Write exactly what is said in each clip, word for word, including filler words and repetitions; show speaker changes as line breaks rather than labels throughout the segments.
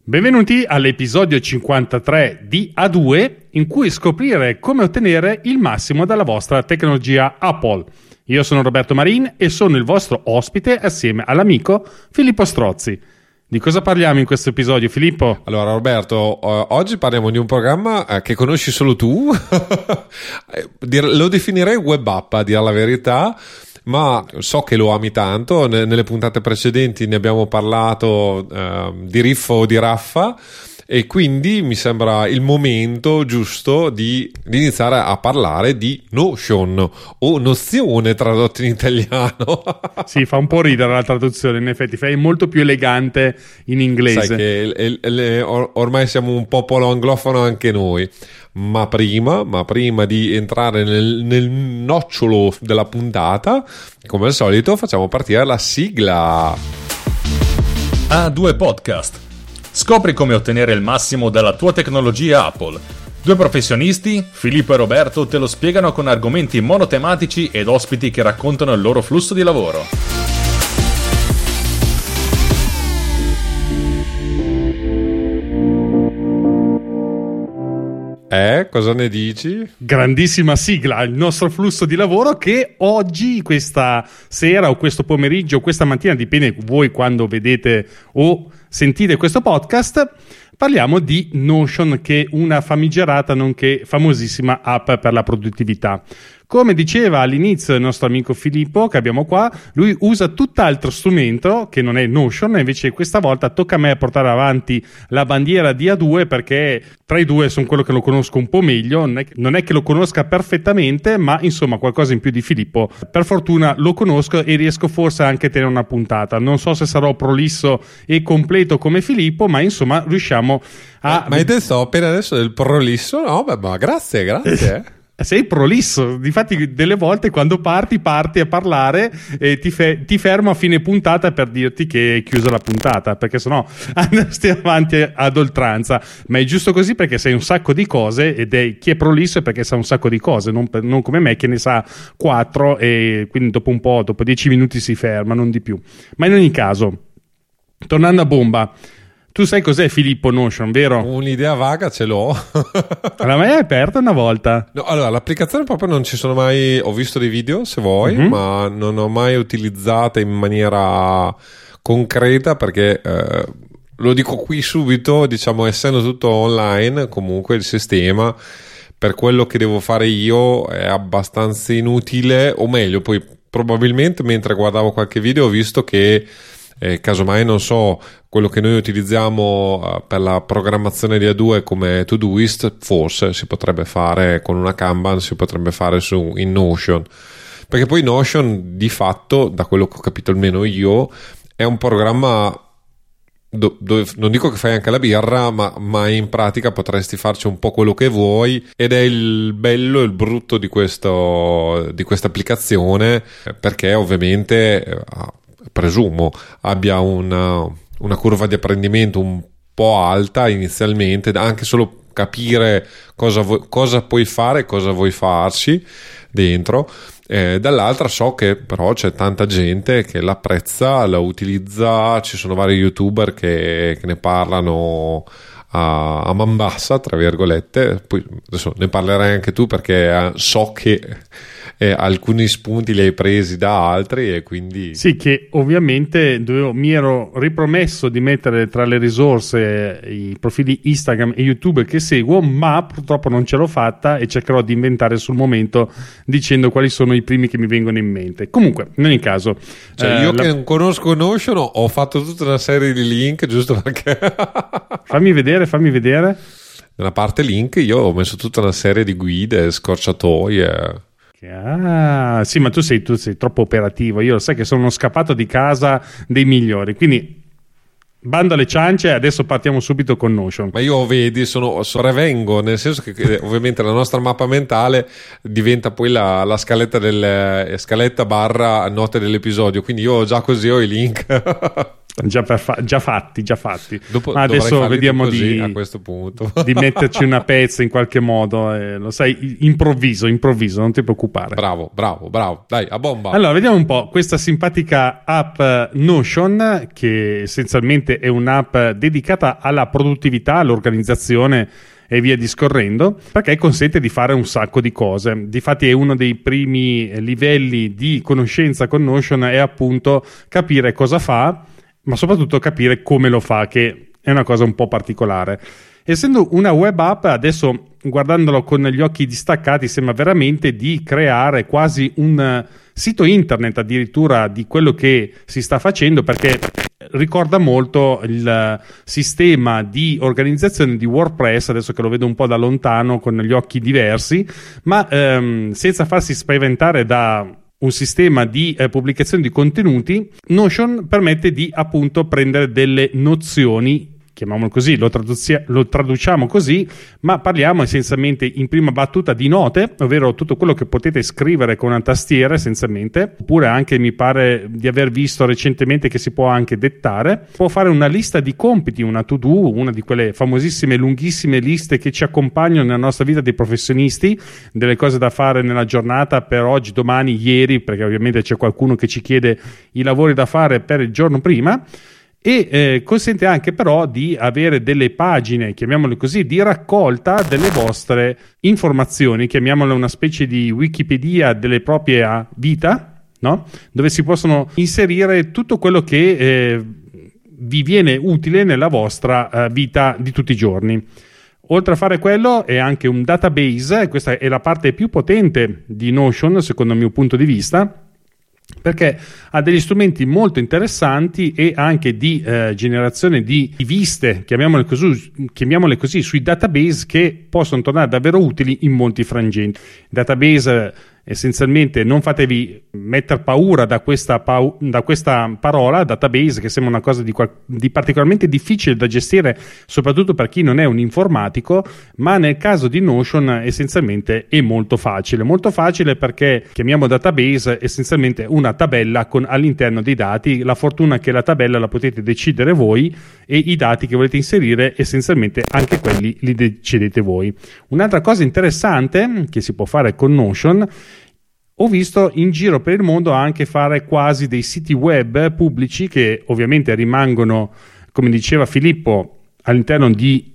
Benvenuti all'episodio cinquantatré di A due, in cui scoprire come ottenere il massimo dalla vostra tecnologia Apple. Io sono Roberto Marin e sono il vostro ospite assieme all'amico Filippo Strozzi. Di cosa parliamo in questo episodio, Filippo?
Allora, Roberto, uh, oggi parliamo di un programma uh, che conosci solo tu. Lo definirei web app, a dire la verità, ma so che lo ami tanto. N- nelle puntate precedenti ne abbiamo parlato uh, di Riffo o di Raffa, e quindi mi sembra il momento giusto di, di iniziare a parlare di Notion o nozione tradotto in italiano.
Sì, fa un po' ridere la traduzione, in effetti è molto più elegante in inglese.
Sai che le, le, or- ormai siamo un popolo anglofono anche noi. Ma prima, ma prima di entrare nel, nel nocciolo della puntata, come al solito facciamo partire la sigla.
A due Podcast. Scopri come ottenere il massimo dalla tua tecnologia Apple. Due professionisti, Filippo e Roberto, te lo spiegano con argomenti monotematici ed ospiti che raccontano il loro flusso di lavoro.
Eh, cosa ne dici?
Grandissima sigla, il nostro flusso di lavoro che oggi, questa sera o questo pomeriggio o questa mattina, dipende voi quando vedete o sentite questo podcast, parliamo di Notion, che è una famigerata nonché famosissima app per la produttività. Come diceva all'inizio il nostro amico Filippo, che abbiamo qua, lui usa tutt'altro strumento che non è Notion, e invece questa volta tocca a me portare avanti la bandiera di A due, perché tra i due sono quello che lo conosco un po' meglio. Non è che, non è che lo conosca perfettamente, ma insomma qualcosa in più di Filippo per fortuna lo conosco e riesco forse anche a tenere una puntata. Non so se sarò prolisso e completo come Filippo, ma insomma riusciamo a...
Ma hai detto appena adesso del prolisso? No, beh, ma grazie, grazie.
Sei prolisso, difatti delle volte quando parti parti a parlare e ti, fe- ti fermo a fine puntata per dirti che è chiusa la puntata, perché sennò andresti avanti ad oltranza. Ma è giusto così, perché sai un sacco di cose, ed è chi è prolisso è perché sa un sacco di cose, non, per, non come me che ne sa quattro, e quindi dopo un po', dopo dieci minuti si ferma, non di più. Ma in ogni caso, tornando a bomba, tu sai cos'è, Filippo, Notion, vero?
Un'idea vaga ce l'ho.
La mai aperta una volta?
No, allora, l'applicazione proprio non ci sono mai... Ho visto dei video, se vuoi, mm-hmm. ma non ho mai utilizzata in maniera concreta, perché... Eh, lo dico qui subito, diciamo, essendo tutto online, comunque il sistema, per quello che devo fare io, è abbastanza inutile, o meglio, poi probabilmente mentre guardavo qualche video ho visto che... Eh, casomai non so, quello che noi utilizziamo uh, per la programmazione di A due come Todoist forse si potrebbe fare con una Kanban, si potrebbe fare su in Notion, perché poi Notion di fatto, da quello che ho capito almeno io, è un programma do- dove non dico che fai anche la birra, ma, ma in pratica potresti farci un po' quello che vuoi, ed è il bello e il brutto di questo di questa applicazione, perché ovviamente eh, presumo abbia una, una curva di apprendimento un po' alta inizialmente, anche solo capire cosa, vo- cosa puoi fare e cosa vuoi farci dentro. Eh, dall'altra so che però c'è tanta gente che l'apprezza, la utilizza, ci sono vari youtuber che, che ne parlano a, a man bassa, tra virgolette. Poi adesso ne parlerai anche tu, perché eh, so che Eh, alcuni spunti li hai presi da altri, e quindi
sì, che ovviamente dovevo, mi ero ripromesso di mettere tra le risorse i profili Instagram e YouTube che seguo, ma purtroppo non ce l'ho fatta e cercherò di inventare sul momento dicendo quali sono i primi che mi vengono in mente. Comunque, in ogni caso,
cioè,
eh,
io
la...
che non conosco Notion ho fatto tutta una serie di link giusto perché
fammi vedere, fammi vedere
nella parte link io ho messo tutta una serie di guide, scorciatoie.
Ah, sì, ma tu sei, tu sei troppo operativo. Io lo sai che sono uno scappato di casa dei migliori, quindi bando alle ciance. Adesso partiamo subito con Notion.
Ma io, vedi, sono, prevengo, nel senso che, che ovviamente la nostra mappa mentale diventa poi la, la scaletta del scaletta barra note dell'episodio, quindi io già così ho i link.
Già, per fa- già fatti, già fatti.
Dopo,
Ma adesso vediamo di,
a questo punto.
di metterci una pezza in qualche modo. Eh, lo sai, improvviso, improvviso, non ti preoccupare.
Bravo, bravo, bravo. Dai, a bomba.
Allora, vediamo un po' questa simpatica app Notion, che essenzialmente è un'app dedicata alla produttività, all'organizzazione e via discorrendo, perché consente di fare un sacco di cose. Difatti è uno dei primi livelli di conoscenza con Notion, è appunto capire cosa fa, ma soprattutto capire come lo fa, che è una cosa un po' particolare. Essendo una web app, adesso guardandolo con gli occhi distaccati sembra veramente di creare quasi un sito internet addirittura di quello che si sta facendo, perché ricorda molto il sistema di organizzazione di WordPress, adesso che lo vedo un po' da lontano con gli occhi diversi, ma ehm, senza farsi spaventare da un sistema di eh, pubblicazione di contenuti. Notion permette di appunto prendere delle nozioni, chiamiamolo così, lo, traduzia- lo traduciamo così, ma parliamo essenzialmente in prima battuta di note, ovvero tutto quello che potete scrivere con una tastiera essenzialmente, oppure anche mi pare di aver visto recentemente che si può anche dettare. Può fare una lista di compiti, una to-do, una di quelle famosissime lunghissime liste che ci accompagnano nella nostra vita dei professionisti, delle cose da fare nella giornata per oggi, domani, ieri, perché ovviamente c'è qualcuno che ci chiede i lavori da fare per il giorno prima. E eh, consente anche però di avere delle pagine, chiamiamole così, di raccolta delle vostre informazioni, chiamiamole una specie di Wikipedia delle proprie vita, no? Dove si possono inserire tutto quello che eh, vi viene utile nella vostra eh, vita di tutti i giorni. Oltre a fare quello è anche un database, e questa è la parte più potente di Notion secondo il mio punto di vista, perché ha degli strumenti molto interessanti e anche di eh, generazione di viste, chiamiamole così, chiamiamole così, sui database, che possono tornare davvero utili in molti frangenti. Database, essenzialmente, non fatevi mettere paura da questa, pau- da questa parola database, che sembra una cosa di, qual- di particolarmente difficile da gestire, soprattutto per chi non è un informatico, ma nel caso di Notion essenzialmente è molto facile. Molto facile perché chiamiamo database essenzialmente una tabella con all'interno dei dati. La fortuna è che la tabella la potete decidere voi e i dati che volete inserire essenzialmente anche quelli li decidete voi. Un'altra cosa interessante che si può fare con Notion, ho visto in giro per il mondo anche fare quasi dei siti web pubblici che ovviamente rimangono, come diceva Filippo, all'interno di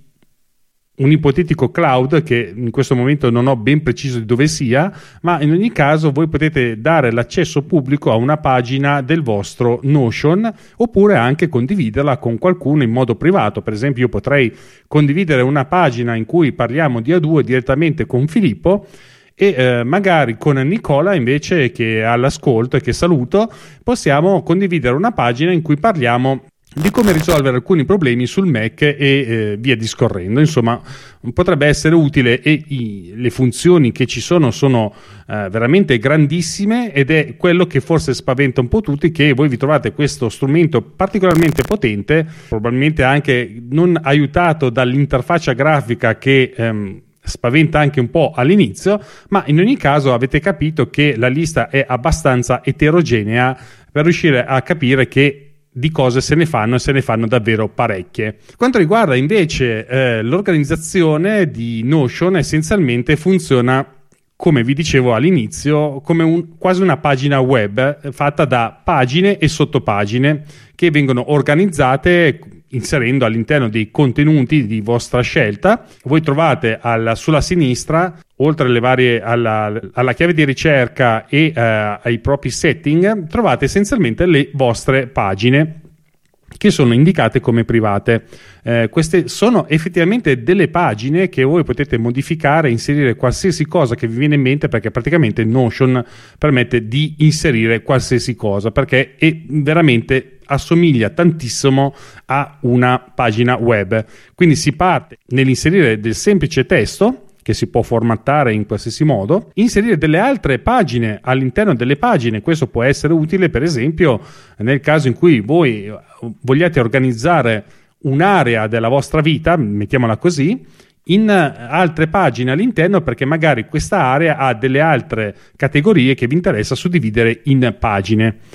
un ipotetico cloud che in questo momento non ho ben preciso di dove sia, ma in ogni caso voi potete dare l'accesso pubblico a una pagina del vostro Notion, oppure anche condividerla con qualcuno in modo privato. Per esempio, io potrei condividere una pagina in cui parliamo di A due direttamente con Filippo, e eh, magari con Nicola, invece, che è all'ascolto e che saluto, possiamo condividere una pagina in cui parliamo di come risolvere alcuni problemi sul Mac e eh, via discorrendo. Insomma, potrebbe essere utile, e i, le funzioni che ci sono sono eh, veramente grandissime, ed è quello che forse spaventa un po' tutti, che voi vi trovate questo strumento particolarmente potente, probabilmente anche non aiutato dall'interfaccia grafica che ehm, spaventa anche un po' all'inizio, ma in ogni caso avete capito che la lista è abbastanza eterogenea per riuscire a capire che di cose se ne fanno, e se ne fanno davvero parecchie. Quanto riguarda invece eh, l'organizzazione di Notion, essenzialmente funziona, come vi dicevo all'inizio, come un, quasi una pagina web fatta da pagine e sottopagine che vengono organizzate inserendo all'interno dei contenuti di vostra scelta. Voi trovate alla, sulla sinistra, oltre alle varie, alla, alla chiave di ricerca e eh, ai propri setting, trovate essenzialmente le vostre pagine che sono indicate come private. Eh, queste sono effettivamente delle pagine che voi potete modificare, inserire qualsiasi cosa che vi viene in mente, perché praticamente Notion permette di inserire qualsiasi cosa, perché è veramente assomiglia tantissimo a una pagina web. Quindi si parte nell'inserire del semplice testo che si può formattare in qualsiasi modo, inserire delle altre pagine all'interno delle pagine. Questo può essere utile, per esempio, nel caso in cui voi vogliate organizzare un'area della vostra vita, mettiamola così, in altre pagine all'interno, perché magari questa area ha delle altre categorie che vi interessa suddividere in pagine.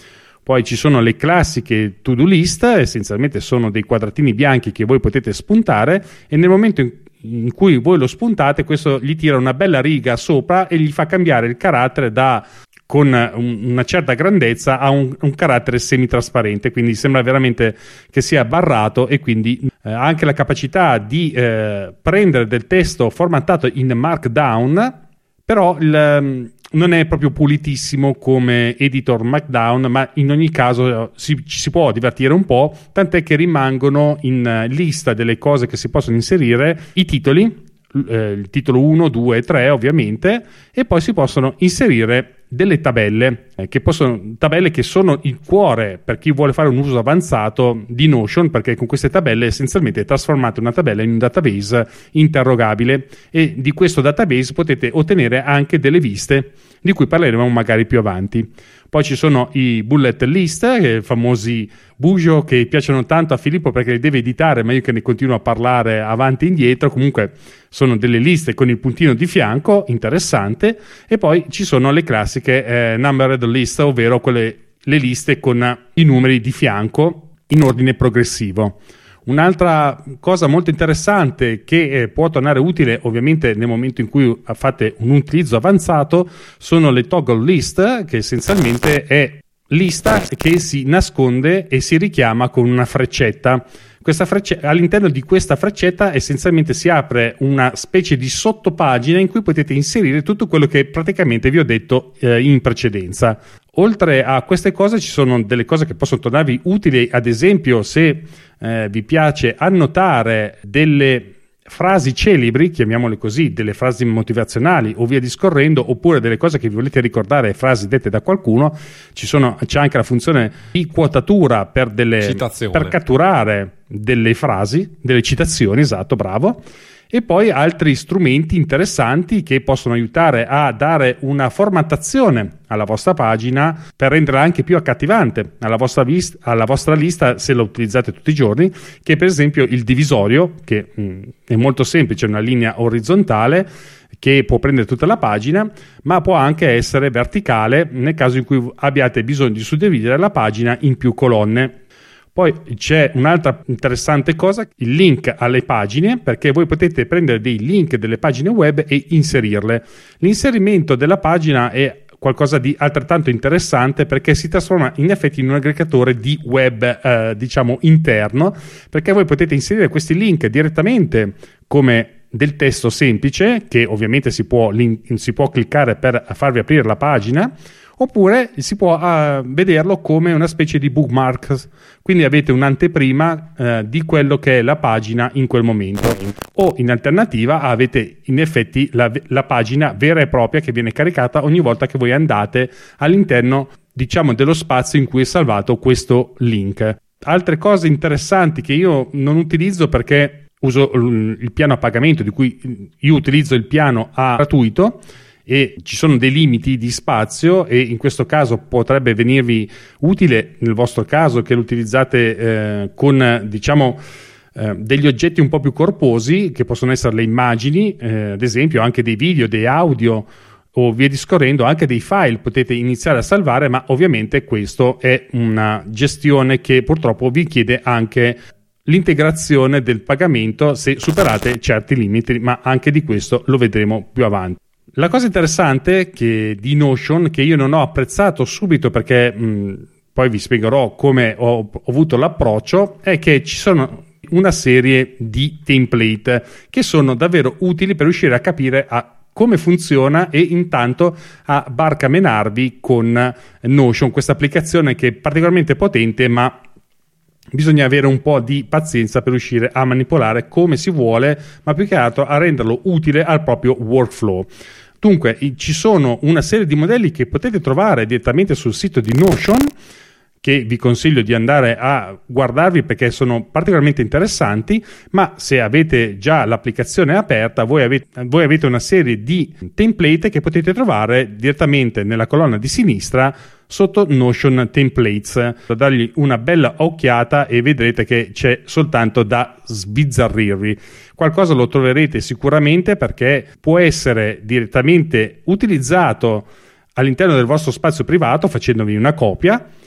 Poi ci sono le classiche to-do list, essenzialmente sono dei quadratini bianchi che voi potete spuntare, e nel momento in in cui voi lo spuntate, questo gli tira una bella riga sopra e gli fa cambiare il carattere da con un, una certa grandezza a un, un carattere semitrasparente, quindi sembra veramente che sia barrato, e quindi eh, ha anche la capacità di eh, prendere del testo formattato in Markdown, però il, non è proprio pulitissimo come editor Markdown, ma in ogni caso si, ci si può divertire un po', tant'è che rimangono in lista delle cose che si possono inserire i titoli, eh, il titolo uno, due e tre ovviamente, e poi si possono inserire delle tabelle, eh, che possono, tabelle che sono il cuore per chi vuole fare un uso avanzato di Notion, perché con queste tabelle essenzialmente trasformate una tabella in un database interrogabile, e di questo database potete ottenere anche delle viste di cui parleremo magari più avanti. Poi ci sono i bullet list, i famosi bujo che piacciono tanto a Filippo perché li deve editare, ma io che ne continuo a parlare avanti e indietro. Comunque sono delle liste con il puntino di fianco, interessante. E poi ci sono le classiche eh, numbered list, ovvero quelle, le liste con i numeri di fianco in ordine progressivo. Un'altra cosa molto interessante che eh, può tornare utile ovviamente nel momento in cui fate un utilizzo avanzato sono le toggle list, che essenzialmente è lista che si nasconde e si richiama con una freccetta. Questa frecce- all'interno di questa freccetta essenzialmente si apre una specie di sottopagina in cui potete inserire tutto quello che praticamente vi ho detto eh, in precedenza. Oltre a queste cose ci sono delle cose che possono tornarvi utili, ad esempio se eh, vi piace annotare delle frasi celebri, chiamiamole così, delle frasi motivazionali o via discorrendo, oppure delle cose che vi volete ricordare, frasi dette da qualcuno, ci sono, c'è anche la funzione di quotatura per, delle, per catturare delle frasi, delle citazioni, esatto, bravo. E poi altri strumenti interessanti che possono aiutare a dare una formattazione alla vostra pagina per renderla anche più accattivante alla vostra, vista, alla vostra lista se la utilizzate tutti i giorni, che per esempio il divisorio, che mh, è molto semplice, è una linea orizzontale che può prendere tutta la pagina, ma può anche essere verticale nel caso in cui abbiate bisogno di suddividere la pagina in più colonne. Poi c'è un'altra interessante cosa, il link alle pagine, perché voi potete prendere dei link delle pagine web e inserirle. L'inserimento della pagina è qualcosa di altrettanto interessante perché si trasforma in effetti in un aggregatore di web eh, diciamo interno, perché voi potete inserire questi link direttamente come del testo semplice, che ovviamente si può, si può cliccare per farvi aprire la pagina, oppure si può uh, vederlo come una specie di bookmark, quindi avete un'anteprima uh, di quello che è la pagina in quel momento, o in alternativa avete in effetti la, la pagina vera e propria che viene caricata ogni volta che voi andate all'interno, diciamo, dello spazio in cui è salvato questo link. Altre cose interessanti che io non utilizzo perché uso il piano a pagamento, di cui io utilizzo il piano a gratuito, e ci sono dei limiti di spazio, e in questo caso potrebbe venirvi utile nel vostro caso che lo utilizzate eh, con diciamo eh, degli oggetti un po' più corposi, che possono essere le immagini, eh, ad esempio anche dei video, dei audio o via discorrendo, anche dei file potete iniziare a salvare, ma ovviamente questo è una gestione che purtroppo vi chiede anche l'integrazione del pagamento se superate certi limiti, ma anche di questo lo vedremo più avanti. La cosa interessante che di Notion, che io non ho apprezzato subito perché mh, poi vi spiegherò come ho, ho avuto l'approccio, è che ci sono una serie di template che sono davvero utili per riuscire a capire a come funziona e intanto a barcamenarvi con Notion, questa applicazione che è particolarmente potente, ma bisogna avere un po' di pazienza per riuscire a manipolare come si vuole, ma più che altro a renderlo utile al proprio workflow. Dunque, ci sono una serie di modelli che potete trovare direttamente sul sito di Notion, che vi consiglio di andare a guardarvi perché sono particolarmente interessanti, ma se avete già l'applicazione aperta, voi avete, voi avete una serie di template che potete trovare direttamente nella colonna di sinistra sotto Notion Templates. Dargli una bella occhiata e vedrete che c'è soltanto da sbizzarrirvi. Qualcosa lo troverete sicuramente, perché può essere direttamente utilizzato all'interno del vostro spazio privato facendovi una copia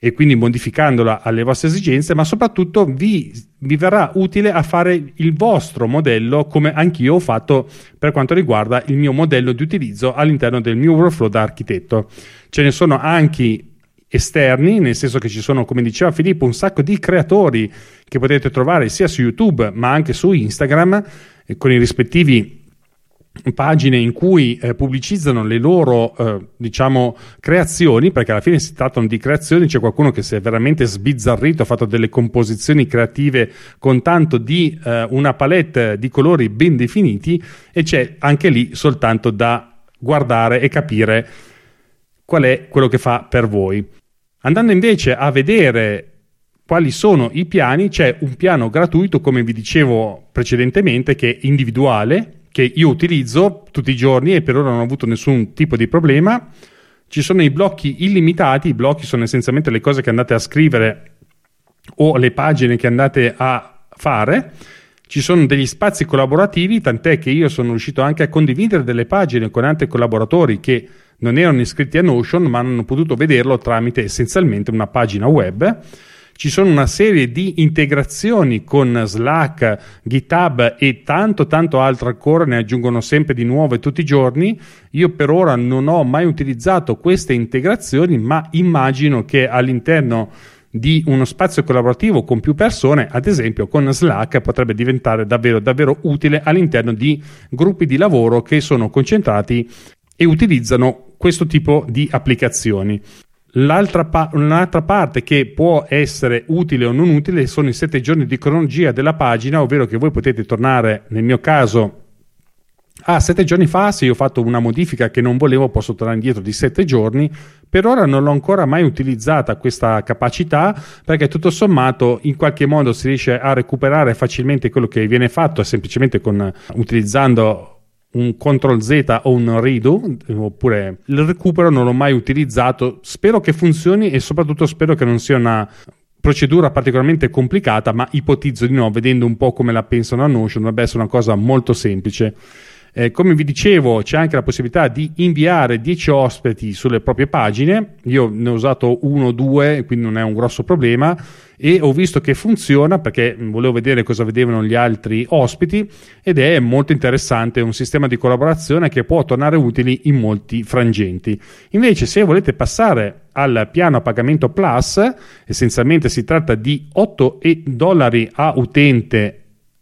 e quindi modificandola alle vostre esigenze, ma soprattutto vi, vi verrà utile a fare il vostro modello, come anch'io ho fatto per quanto riguarda il mio modello di utilizzo all'interno del mio workflow da architetto. Ce ne sono anche esterni, nel senso che ci sono, come diceva Filippo, un sacco di creatori che potete trovare sia su YouTube ma anche su Instagram, eh, con i rispettivi pagine in cui eh, pubblicizzano le loro eh, diciamo creazioni, perché alla fine si trattano di creazioni. C'è qualcuno che si è veramente sbizzarrito, ha fatto delle composizioni creative con tanto di eh, una palette di colori ben definiti, e c'è anche lì soltanto da guardare e capire qual è quello che fa per voi. Andando invece a vedere quali sono i piani, c'è un piano gratuito, come vi dicevo precedentemente, che è individuale, che io utilizzo tutti i giorni e per ora non ho avuto nessun tipo di problema. Ci sono i blocchi illimitati. I blocchi sono essenzialmente le cose che andate a scrivere o le pagine che andate a fare. Ci sono degli spazi collaborativi, tant'è che io sono riuscito anche a condividere delle pagine con altri collaboratori che non erano iscritti a Notion, ma hanno potuto vederlo tramite essenzialmente una pagina web. Ci sono una serie di integrazioni con Slack, GitHub e tanto tanto altro ancora, ne aggiungono sempre di nuove tutti i giorni. Io per ora non ho mai utilizzato queste integrazioni, ma immagino che all'interno di uno spazio collaborativo con più persone, ad esempio con Slack, potrebbe diventare davvero davvero utile all'interno di gruppi di lavoro che sono concentrati e utilizzano questo tipo di applicazioni. L'altra pa- un'altra parte che può essere utile o non utile sono i sette giorni di cronologia della pagina, ovvero che voi potete tornare, nel mio caso, a sette giorni fa. Se io ho fatto una modifica che non volevo, posso tornare indietro di sette giorni. Per ora non l'ho ancora mai utilizzata questa capacità, perché tutto sommato in qualche modo si riesce a recuperare facilmente quello che viene fatto semplicemente con utilizzando un control Z o un redo, oppure il recupero non l'ho mai utilizzato. Spero che funzioni e soprattutto spero che non sia una procedura particolarmente complicata, ma ipotizzo di no, vedendo un po' come la pensano a Notion. Dovrebbe essere una cosa molto semplice. Eh, come vi dicevo, c'è anche la possibilità di inviare dieci ospiti sulle proprie pagine. Io ne ho usato uno o due, quindi non è un grosso problema, e ho visto che funziona perché volevo vedere cosa vedevano gli altri ospiti, ed è molto interessante, è un sistema di collaborazione che può tornare utili in molti frangenti. Invece, se volete passare al piano a pagamento Plus, essenzialmente si tratta di otto dollari a utente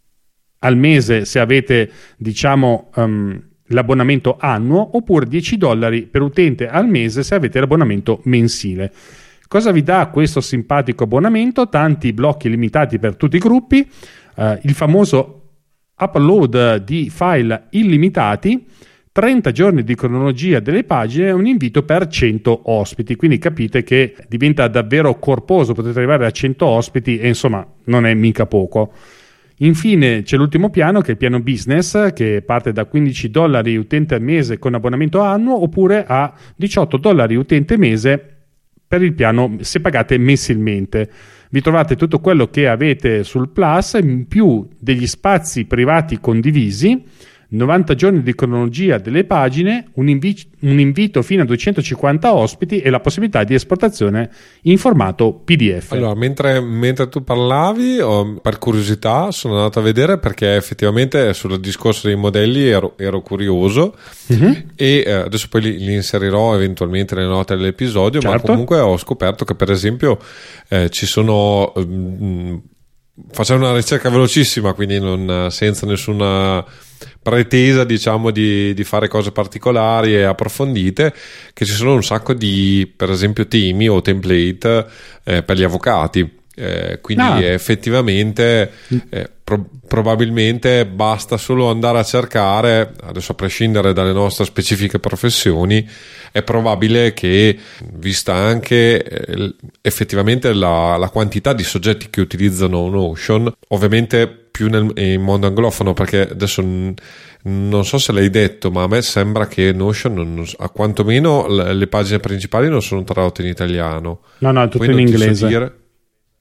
al mese se avete, diciamo, um, l'abbonamento annuo, oppure dieci dollari per utente al mese se avete l'abbonamento mensile. Cosa vi dà questo simpatico abbonamento? Tanti blocchi limitati per tutti i gruppi, uh, il famoso upload di file illimitati, trenta giorni di cronologia delle pagine e un invito per cento ospiti. Quindi capite che diventa davvero corposo, potete arrivare a cento ospiti e insomma non è mica poco. Infine c'è l'ultimo piano, che è il piano business, che parte da quindici dollari utente al mese con abbonamento annuo, oppure a diciotto dollari utente mese per il piano se pagate mensilmente. Vi trovate tutto quello che avete sul Plus, in più degli spazi privati condivisi, novanta giorni di cronologia delle pagine, un, invi- un invito fino a duecentocinquanta ospiti e la possibilità di esportazione in formato P D F.
Allora, mentre, mentre tu parlavi, oh, per curiosità sono andato a vedere, perché effettivamente sul discorso dei modelli ero, ero curioso, uh-huh. e eh, adesso poi li, li inserirò eventualmente nelle note dell'episodio, certo. Ma comunque ho scoperto che per esempio eh, ci sono... Mh, facendo una ricerca velocissima, quindi non, senza nessuna pretesa, diciamo, di, di fare cose particolari e approfondite, che ci sono un sacco di, per esempio, temi o template eh, per gli avvocati. Eh, quindi ah. effettivamente eh, pro- probabilmente basta solo andare a cercare, adesso a prescindere dalle nostre specifiche professioni, è probabile che, vista anche eh, effettivamente la, la quantità di soggetti che utilizzano Notion, ovviamente più nel in mondo anglofono, perché adesso n- non so se l'hai detto, ma a me sembra che Notion non, non, a quantomeno le, le pagine principali non sono tradotte in italiano.
No, no, è tutto in inglese.
Dire...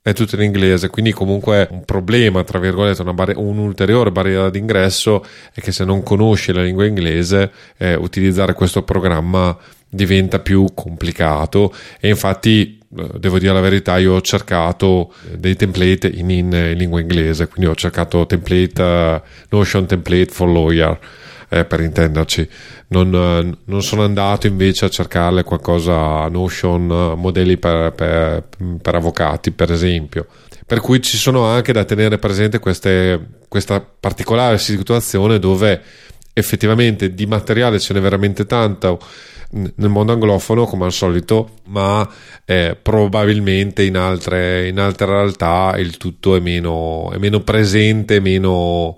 è tutto in inglese, quindi comunque un problema, tra virgolette, una barri- un'ulteriore barriera d'ingresso è che se non conosci la lingua inglese eh, utilizzare questo programma diventa più complicato. E infatti devo dire la verità, io ho cercato dei template in, in, in lingua inglese, quindi ho cercato template uh, Notion template for lawyer, eh, per intenderci. Non, uh, non sono andato invece a cercarle qualcosa Notion uh, modelli per, per, per avvocati, per esempio. Per cui ci sono anche da tenere presente queste, questa particolare situazione dove effettivamente di materiale ce n'è veramente tanto nel mondo anglofono, come al solito, ma eh, probabilmente in altre, in altre realtà il tutto è meno, è meno presente, meno,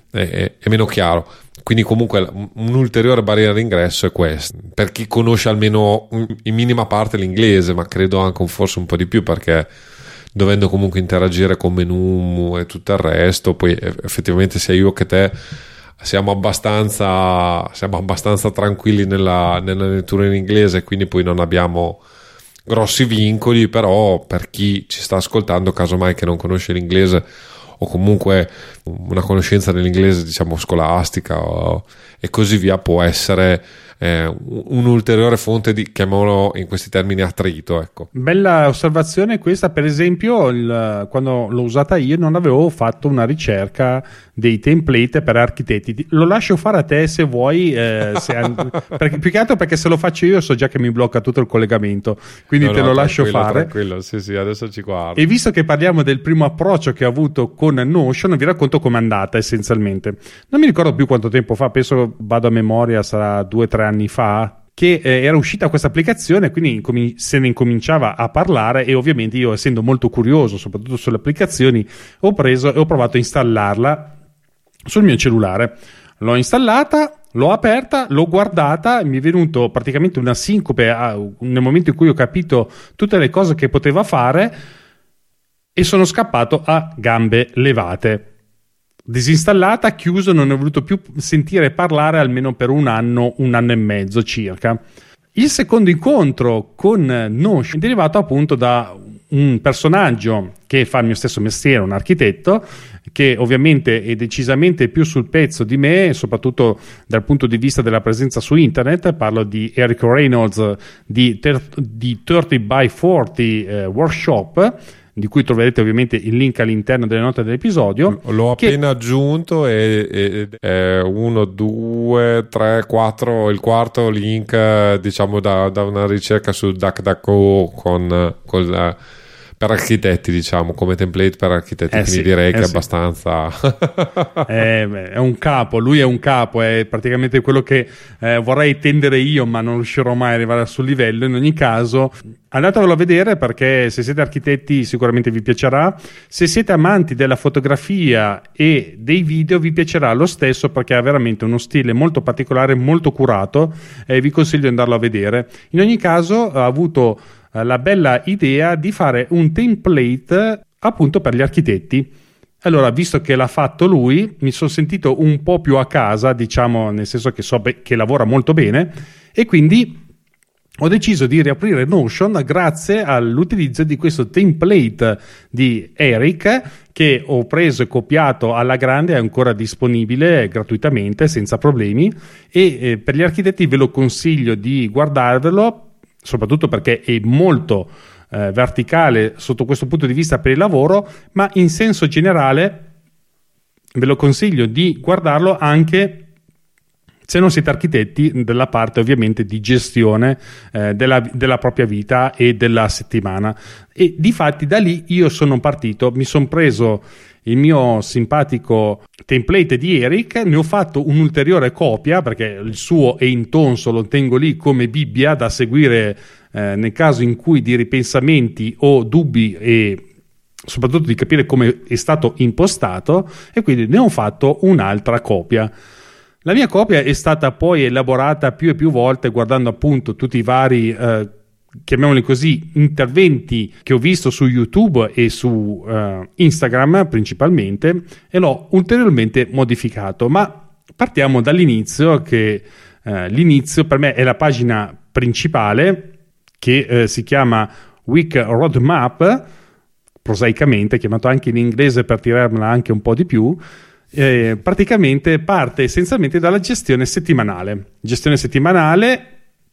è, è meno chiaro. Quindi comunque un'ulteriore barriera d'ingresso è questa, per chi conosce almeno in minima parte l'inglese, ma credo anche forse un po' di più, perché dovendo comunque interagire con menu e tutto il resto, poi effettivamente sia io che te siamo abbastanza siamo abbastanza tranquilli nella, nella lettura in inglese, quindi poi non abbiamo grossi vincoli. Però per chi ci sta ascoltando, casomai che non conosce l'inglese o comunque una conoscenza dell'inglese diciamo scolastica o, e così via, può essere eh, un'ulteriore fonte di, chiamiamolo in questi termini, attrito, ecco.
Bella osservazione questa. Per esempio il, quando l'ho usata io non avevo fatto una ricerca dei template per architetti. Lo lascio fare a te se vuoi, eh, se, perché, più che altro perché se lo faccio io so già che mi blocca tutto il collegamento, quindi
no,
te
no,
lo lascio fare.
Tranquillo, sì sì, adesso ci guardo.
E visto che parliamo del primo approccio che ho avuto con Notion, vi racconto com'è andata essenzialmente. Non mi ricordo più quanto tempo fa, penso, vado a memoria, sarà due o tre anni fa che eh, era uscita questa applicazione, quindi incomin- se ne incominciava a parlare, e ovviamente io, essendo molto curioso soprattutto sulle applicazioni, ho preso e ho provato a installarla sul mio cellulare. L'ho installata, l'ho aperta, l'ho guardata, mi è venuto praticamente una sincope a, nel momento in cui ho capito tutte le cose che poteva fare, e sono scappato a gambe levate. Disinstallata, chiuso, non ne ho voluto più sentire parlare almeno per un anno, un anno e mezzo circa. Il secondo incontro con Notion è derivato appunto da un personaggio che fa il mio stesso mestiere, un architetto, che ovviamente è decisamente più sul pezzo di me, soprattutto dal punto di vista della presenza su internet. Parlo di Eric Reynolds di, di thirty by forty eh, Workshop, di cui troverete ovviamente il link all'interno delle note dell'episodio.
L'ho
che...
appena aggiunto e, e, e uno, due, tre, quattro, il quarto link diciamo da, da una ricerca su DuckDuckGo con, con per architetti, diciamo, come template per architetti,
eh
quindi
sì,
direi
eh
che è
sì.
abbastanza
è, è un capo, lui è un capo, è praticamente quello che eh, vorrei tendere io, ma non riuscirò mai ad arrivare al suo livello. In ogni caso andatevelo a vedere, perché se siete architetti sicuramente vi piacerà, se siete amanti della fotografia e dei video vi piacerà lo stesso, perché ha veramente uno stile molto particolare, molto curato, e vi consiglio di andarlo a vedere. In ogni caso ha avuto la bella idea di fare un template appunto per gli architetti. Allora, visto che l'ha fatto lui, mi sono sentito un po' più a casa, diciamo, nel senso che so be- che lavora molto bene, e quindi ho deciso di riaprire Notion grazie all'utilizzo di questo template di Eric, che ho preso e copiato alla grande, è ancora disponibile gratuitamente senza problemi, e eh, per gli architetti ve lo consiglio di guardarvelo, soprattutto perché è molto eh, verticale sotto questo punto di vista per il lavoro, ma in senso generale ve lo consiglio di guardarlo anche se non siete architetti, della parte ovviamente di gestione eh, della, della propria vita e della settimana. E difatti da lì io sono partito, mi sono preso il mio simpatico template di Eric, ne ho fatto un'ulteriore copia perché il suo è intonso, lo tengo lì come Bibbia da seguire eh, nel caso in cui di ripensamenti o dubbi, e soprattutto di capire come è stato impostato, e quindi ne ho fatto un'altra copia. La mia copia è stata poi elaborata più e più volte guardando appunto tutti i vari eh, chiamiamoli così, interventi che ho visto su YouTube e su uh, Instagram principalmente, e l'ho ulteriormente modificato. Ma partiamo dall'inizio, che uh, l'inizio per me è la pagina principale, che uh, si chiama Week Roadmap, prosaicamente, chiamato anche in inglese per tirarmela anche un po' di più, eh, praticamente parte essenzialmente dalla gestione settimanale. Gestione settimanale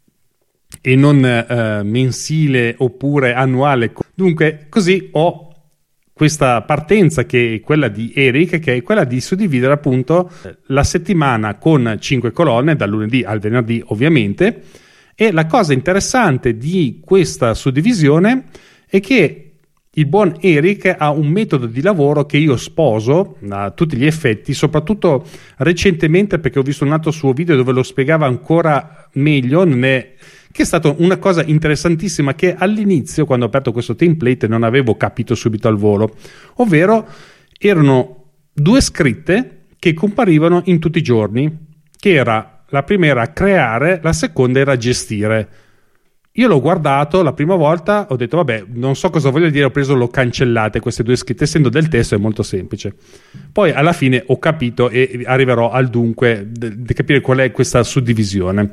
e non eh, mensile oppure annuale. Dunque, così ho questa partenza che è quella di Eric, che è quella di suddividere appunto la settimana con cinque colonne, dal lunedì al venerdì ovviamente. E la cosa interessante di questa suddivisione è che il buon Eric ha un metodo di lavoro che io sposo a tutti gli effetti, soprattutto recentemente, perché ho visto un altro suo video dove lo spiegava ancora meglio, non è... che è stata una cosa interessantissima che all'inizio, quando ho aperto questo template, non avevo capito subito al volo, ovvero erano due scritte che comparivano in tutti i giorni, che era la prima era creare, la seconda era gestire. Io l'ho guardato la prima volta, ho detto vabbè, non so cosa voglio dire, ho preso, l'ho cancellate queste due scritte, essendo del testo è molto semplice. Poi alla fine ho capito e arriverò al dunque di capire qual è questa suddivisione.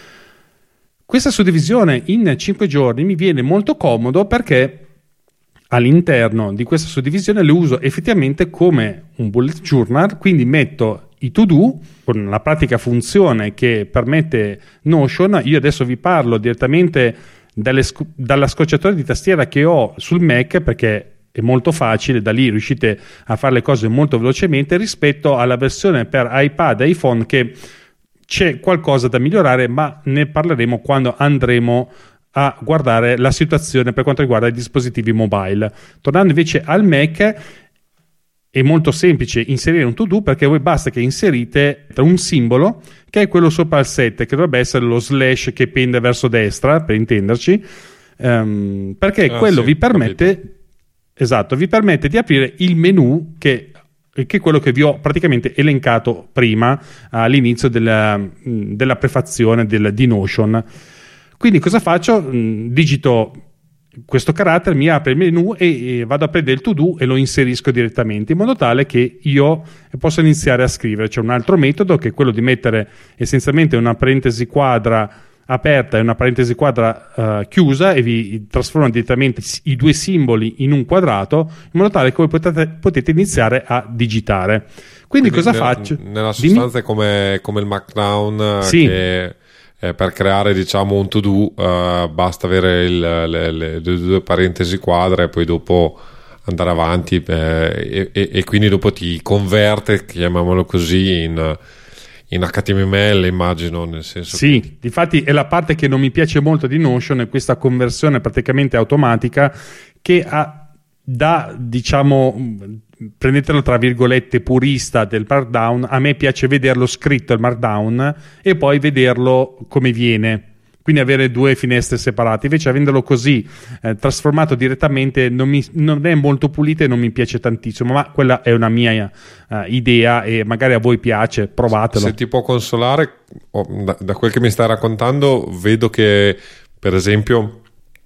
Questa suddivisione in cinque giorni mi viene molto comodo perché all'interno di questa suddivisione le uso effettivamente come un bullet journal, quindi metto i to do con la pratica funzione che permette Notion. Io adesso vi parlo direttamente dalle sc- dalla scocciatura di tastiera che ho sul Mac, perché è molto facile, da lì riuscite a fare le cose molto velocemente rispetto alla versione per iPad e iPhone, che c'è qualcosa da migliorare, ma ne parleremo quando andremo a guardare la situazione per quanto riguarda i dispositivi mobile. Tornando invece al Mac, è molto semplice inserire un to do, perché voi basta che inserite un simbolo che è quello sopra il sette, che dovrebbe essere lo slash che pende verso destra, per intenderci, um, perché ah, quello sì, vi permette capito. Esatto, vi permette di aprire il menu che che è quello che vi ho praticamente elencato prima all'inizio della, della prefazione del, di Notion. Quindi cosa faccio? Digito questo carattere, mi apre il menu e, e vado a prendere il to do e lo inserisco direttamente, in modo tale che io possa iniziare a scrivere. C'è un altro metodo che è quello di mettere essenzialmente una parentesi quadra aperta e una parentesi quadra uh, chiusa, e vi trasforma direttamente i due simboli in un quadrato, in modo tale che voi potete, potete iniziare a digitare. Quindi, Quindi cosa
nella,
faccio?
Nella sostanza è come, come il Markdown, sì. Che eh, per creare diciamo un to do uh, basta avere il, le, le, le due parentesi quadre e poi dopo andare avanti eh, e, e quindi dopo ti converte, chiamiamolo così, in in acca ti emme elle, immagino, nel senso
sì,
che...
difatti è la parte che non mi piace molto di Notion, è questa conversione praticamente automatica che ha, da, diciamo, prendetelo tra virgolette, purista del Markdown. A me piace vederlo scritto il Markdown e poi vederlo come viene, quindi avere due finestre separate. Invece avendolo così eh, trasformato direttamente non, mi, non è molto pulito e non mi piace tantissimo, ma quella è una mia uh, idea e magari a voi piace, provatelo.
Se ti può consolare, oh, da, da quel che mi stai raccontando vedo che per esempio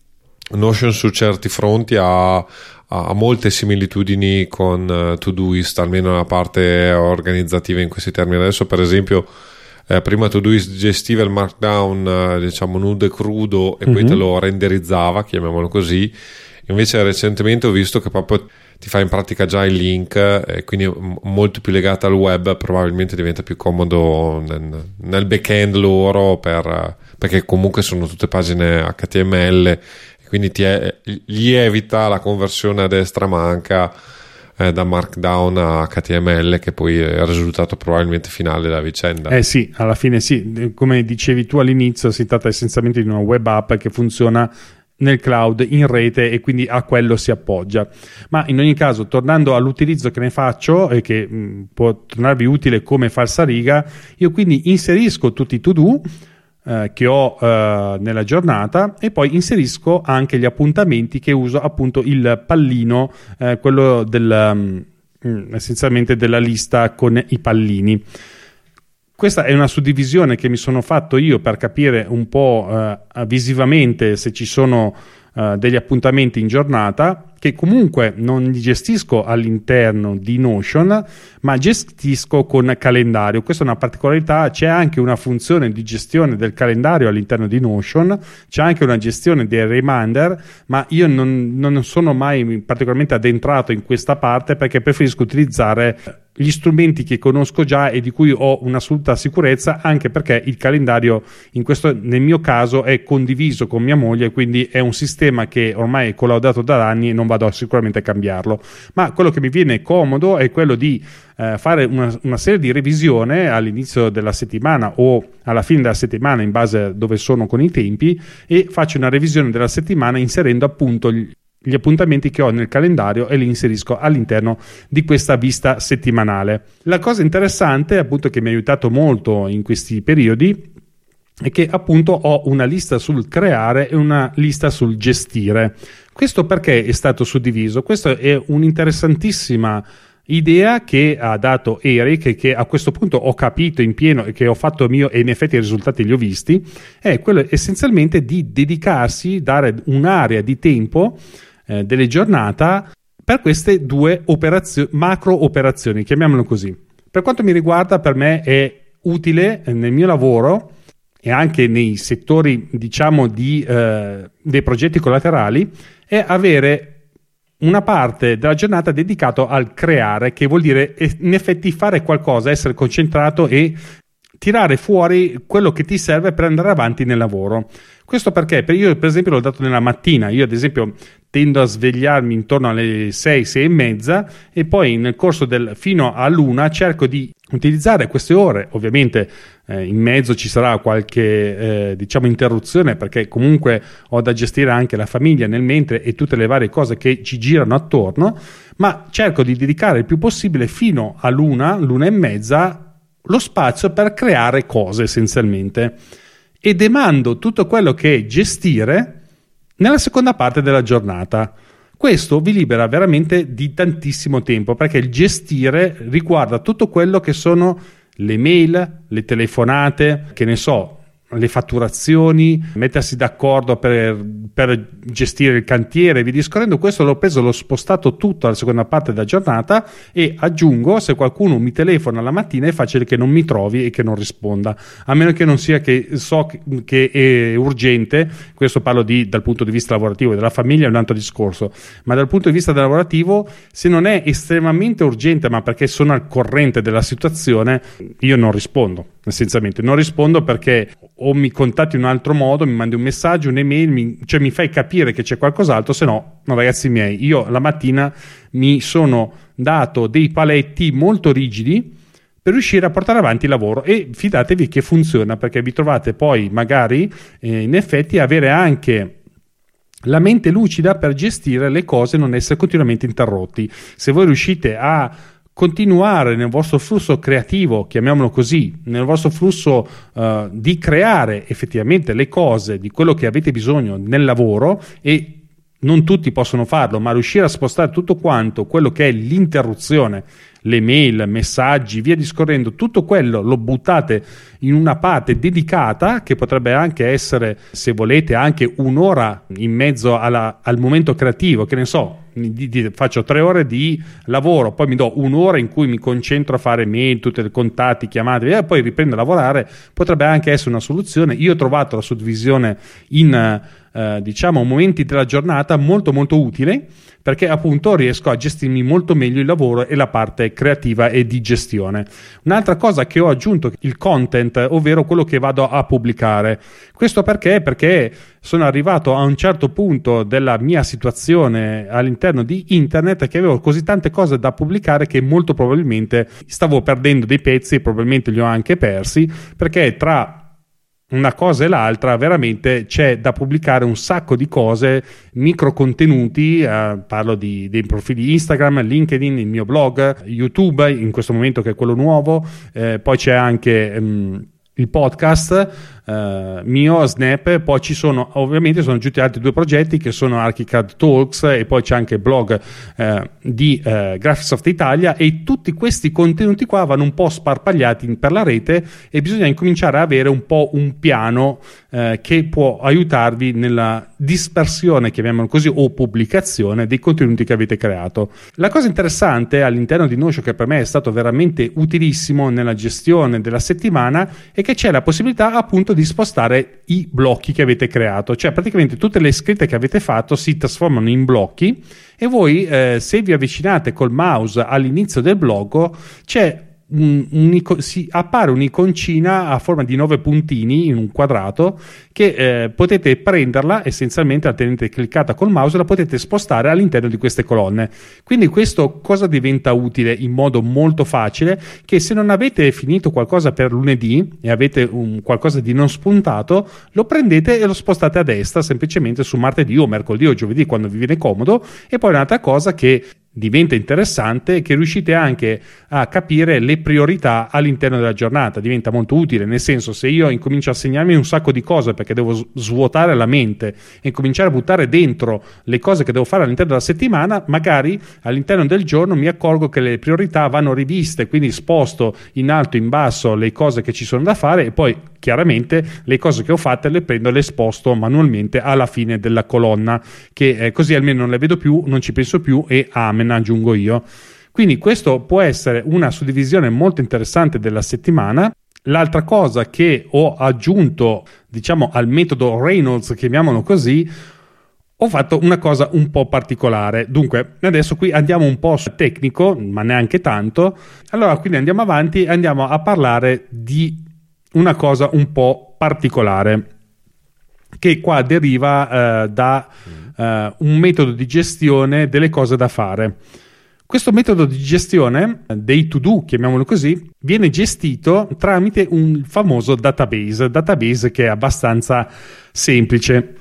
Notion su certi fronti ha, ha molte similitudini con uh, Todoist, almeno nella parte organizzativa in questi termini. Adesso per esempio Eh, prima Todoist gestiva il Markdown eh, diciamo nudo e crudo e mm-hmm. poi te lo renderizzava, chiamiamolo così. Invece recentemente ho visto che proprio ti fa in pratica già il link, e eh, quindi m- molto più legata al web, probabilmente diventa più comodo nel, nel back-end loro, per, perché comunque sono tutte pagine acca ti emme elle, e quindi ti è, gli evita la conversione a destra manca da Markdown a acca ti emme elle, che poi è il risultato probabilmente finale della vicenda.
Eh sì, alla fine sì, come dicevi tu all'inizio, si tratta essenzialmente di una web app che funziona nel cloud, in rete, e quindi a quello si appoggia. Ma in ogni caso, tornando all'utilizzo che ne faccio e che mh, può tornarvi utile come falsariga, io quindi inserisco tutti i to do eh, che ho eh, nella giornata, e poi inserisco anche gli appuntamenti, che uso appunto il pallino, eh, quello del, um, essenzialmente della lista con i pallini. Questa è una suddivisione che mi sono fatto io per capire un po' eh, visivamente se ci sono uh, degli appuntamenti in giornata che comunque non li gestisco all'interno di Notion, ma gestisco con calendario. Questa è una particolarità. C'è anche una funzione di gestione del calendario all'interno di Notion, c'è anche una gestione dei reminder, ma io non, non sono mai particolarmente addentrato in questa parte perché preferisco utilizzare gli strumenti che conosco già e di cui ho un'assoluta sicurezza, anche perché il calendario in questo, nel mio caso, è condiviso con mia moglie, quindi è un sistema che ormai è collaudato da anni e non vado sicuramente a cambiarlo. Ma quello che mi viene comodo è quello di eh, fare una, una serie di revisione all'inizio della settimana o alla fine della settimana, in base a dove sono con i tempi, e faccio una revisione della settimana inserendo appunto gli gli appuntamenti che ho nel calendario e li inserisco all'interno di questa vista settimanale. La cosa interessante, appunto, che mi ha aiutato molto in questi periodi è che appunto ho una lista sul creare e una lista sul gestire. Questo perché è stato suddiviso? Questa è un'interessantissima idea che ha dato Eric e che a questo punto ho capito in pieno e che ho fatto mio, e in effetti i risultati li ho visti. È quello essenzialmente di dedicarsi, dare un'area di tempo eh, delle giornata per queste due operazioni, macro operazioni, chiamiamolo così. Per quanto mi riguarda, per me è utile nel mio lavoro e anche nei settori, diciamo, di eh, dei progetti collaterali, è avere una parte della giornata dedicato al creare, che vuol dire in effetti fare qualcosa, essere concentrato e tirare fuori quello che ti serve per andare avanti nel lavoro. Questo perché per io, per esempio, l'ho dato nella mattina. Io ad esempio tendo a svegliarmi intorno alle sei, sei e mezza, e poi nel corso del fino all'una cerco di utilizzare queste ore. Ovviamente eh, in mezzo ci sarà qualche eh, diciamo interruzione, perché comunque ho da gestire anche la famiglia nel mentre e tutte le varie cose che ci girano attorno, ma cerco di dedicare il più possibile fino all'una, l'una e mezza, lo spazio per creare cose essenzialmente, e demando tutto quello che è gestire nella seconda parte della giornata. Questo vi libera veramente di tantissimo tempo, perché il gestire riguarda tutto quello che sono le mail, le telefonate, che ne so, le fatturazioni, mettersi d'accordo per, per gestire il cantiere, vi discorrendo. Questo l'ho preso, l'ho spostato tutto alla seconda parte della giornata, e aggiungo, se qualcuno mi telefona la mattina è facile che non mi trovi e che non risponda, a meno che non sia che so che è urgente. Questo parlo di, dal punto di vista lavorativo, della famiglia è un altro discorso, ma dal punto di vista lavorativo, se non è estremamente urgente ma perché sono al corrente della situazione, io non rispondo. Essenzialmente non rispondo, perché o mi contatti in un altro modo, mi mandi un messaggio, un'email, mi, cioè mi fai capire che c'è qualcos'altro, se no, no ragazzi miei, io la mattina mi sono dato dei paletti molto rigidi per riuscire a portare avanti il lavoro, e fidatevi che funziona, perché vi trovate poi magari eh, in effetti avere anche la mente lucida per gestire le cose e non essere continuamente interrotti. Se voi riuscite a continuare nel vostro flusso creativo, chiamiamolo così, nel vostro flusso uh, di creare effettivamente le cose di quello che avete bisogno nel lavoro, e non tutti possono farlo, ma riuscire a spostare tutto quanto quello che è l'interruzione, le mail, messaggi, via discorrendo, tutto quello lo buttate in una parte dedicata, che potrebbe anche essere, se volete, anche un'ora in mezzo alla, al momento creativo, che ne so, di, di, faccio tre ore di lavoro, poi mi do un'ora in cui mi concentro a fare mail, tutti i contatti, chiamate, e poi riprendo a lavorare. Potrebbe anche essere una soluzione. Io ho trovato la suddivisione in eh, diciamo momenti della giornata molto molto utile, perché appunto riesco a gestirmi molto meglio il lavoro e la parte creativa e di gestione. Un'altra cosa che ho aggiunto, il content, ovvero quello che vado a pubblicare. Questo perché? Perché sono arrivato a un certo punto della mia situazione all'interno di internet che avevo così tante cose da pubblicare che molto probabilmente stavo perdendo dei pezzi, e probabilmente li ho anche persi, perché tra una cosa e l'altra veramente c'è da pubblicare un sacco di cose, micro contenuti, eh, parlo di, dei profili Instagram, LinkedIn, il mio blog, YouTube in questo momento che è quello nuovo, eh, poi c'è anche ehm, il podcast, uh, mio Snap, poi ci sono ovviamente sono aggiunti altri due progetti che sono Archicad Talks e poi c'è anche il blog uh, di uh, Graphisoft Italia, e tutti questi contenuti qua vanno un po' sparpagliati per la rete e bisogna incominciare a avere un po' un piano uh, che può aiutarvi nella dispersione, chiamiamolo così, o pubblicazione dei contenuti che avete creato. La cosa interessante all'interno di Notion, che per me è stato veramente utilissimo nella gestione della settimana, è che c'è la possibilità appunto di spostare i blocchi che avete creato, cioè praticamente tutte le scritte che avete fatto si trasformano in blocchi e voi eh, se vi avvicinate col mouse all'inizio del blocco c'è Un, un, si appare un'iconcina a forma di nove puntini in un quadrato che eh, potete prenderla, essenzialmente la tenete cliccata col mouse, la potete spostare all'interno di queste colonne. Quindi questo cosa diventa utile in modo molto facile? Che se non avete finito qualcosa per lunedì e avete un qualcosa di non spuntato, lo prendete e lo spostate a destra semplicemente su martedì o mercoledì o giovedì, quando vi viene comodo. E poi un'altra cosa che diventa interessante, che riuscite anche a capire le priorità all'interno della giornata. Diventa molto utile, nel senso, se io incomincio a segnarmi un sacco di cose perché devo svuotare la mente e cominciare a buttare dentro le cose che devo fare all'interno della settimana, magari all'interno del giorno mi accorgo che le priorità vanno riviste, quindi sposto in alto in basso le cose che ci sono da fare e poi chiaramente le cose che ho fatte le prendo e le sposto manualmente alla fine della colonna, che eh, così almeno non le vedo più, non ci penso più e amen, aggiungo io. Quindi questo può essere una suddivisione molto interessante della settimana. L'altra cosa che ho aggiunto, diciamo, al metodo Reynolds, chiamiamolo così, ho fatto una cosa un po' particolare. Dunque, adesso qui andiamo un po' sul tecnico, ma neanche tanto. Allora, quindi andiamo avanti e andiamo a parlare di una cosa un po' particolare, che qua deriva eh, da eh, un metodo di gestione delle cose da fare. Questo metodo di gestione dei to-do, chiamiamolo così, viene gestito tramite un famoso database, database che è abbastanza semplice.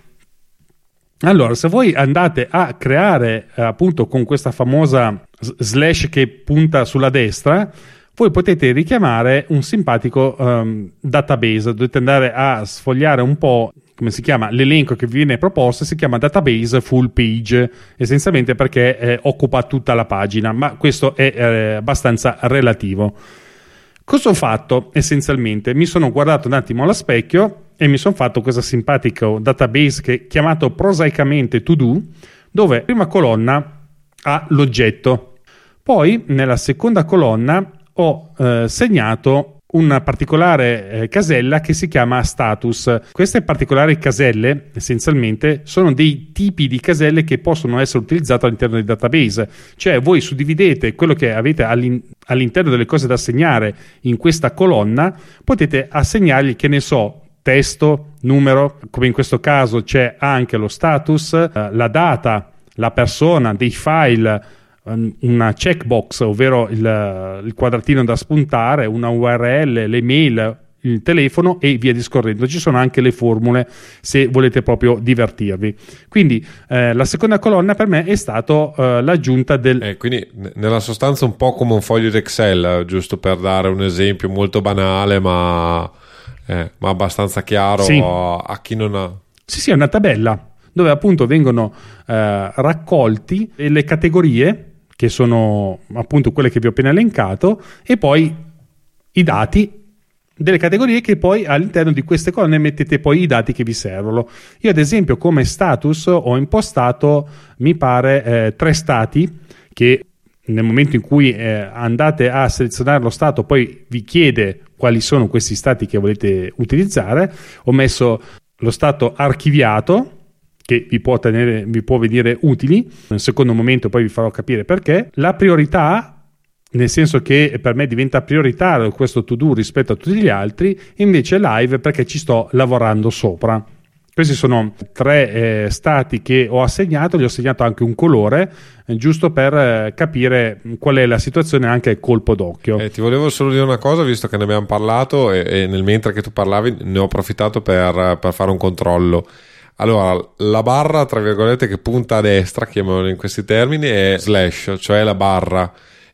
Allora, se voi andate a creare eh, appunto con questa famosa slash che punta sulla destra, voi potete richiamare un simpatico um, database. Dovete andare a sfogliare un po', come si chiama, l'elenco che vi viene proposto, si chiama database full page, essenzialmente perché eh, occupa tutta la pagina, ma questo è eh, abbastanza relativo. Cosa ho fatto essenzialmente? Mi sono guardato un attimo allo specchio e mi sono fatto questo simpatico database che è chiamato prosaicamente to do, dove prima colonna ha l'oggetto, poi nella seconda colonna ho eh, segnato una particolare eh, casella che si chiama status. Queste particolari caselle essenzialmente sono dei tipi di caselle che possono essere utilizzate all'interno del database, cioè voi suddividete quello che avete all'in- all'interno delle cose da assegnare in questa colonna, potete assegnargli, che ne so, testo, numero, come in questo caso c'è anche lo status, eh, la data, la persona, dei file, una checkbox, ovvero il, il quadratino da spuntare, una U R L, l'email, il telefono e via discorrendo. Ci sono anche le formule se volete proprio divertirvi. Quindi eh, la seconda colonna per me è stato eh, l'aggiunta del
eh, quindi n- nella sostanza un po' come un foglio d'Excel, giusto per dare un esempio molto banale ma, eh, ma abbastanza chiaro, sì, a, a chi non ha.
Sì, sì, è una tabella dove appunto vengono eh, raccolti le categorie, che sono appunto quelle che vi ho appena elencato, e poi i dati delle categorie, che poi all'interno di queste colonne mettete poi i dati che vi servono. Io ad esempio come status ho impostato, mi pare, eh, tre stati, che nel momento in cui eh, andate a selezionare lo stato poi vi chiede quali sono questi stati che volete utilizzare. Ho messo lo stato archiviato, che vi può tenere, vi può venire utili. Nel secondo momento poi vi farò capire perché. La priorità, nel senso che per me diventa prioritario questo to do rispetto a tutti gli altri, invece live perché ci sto lavorando sopra. Questi sono tre eh, stati che ho assegnato, gli ho assegnato anche un colore, eh, giusto per eh, capire qual è la situazione anche a colpo d'occhio.
Eh, ti volevo solo dire una cosa, visto che ne abbiamo parlato e, e nel mentre che tu parlavi ne ho approfittato per, per fare un controllo. Allora, la barra, tra virgolette, che punta a destra, chiamiamolo in questi termini, è slash, cioè la barra.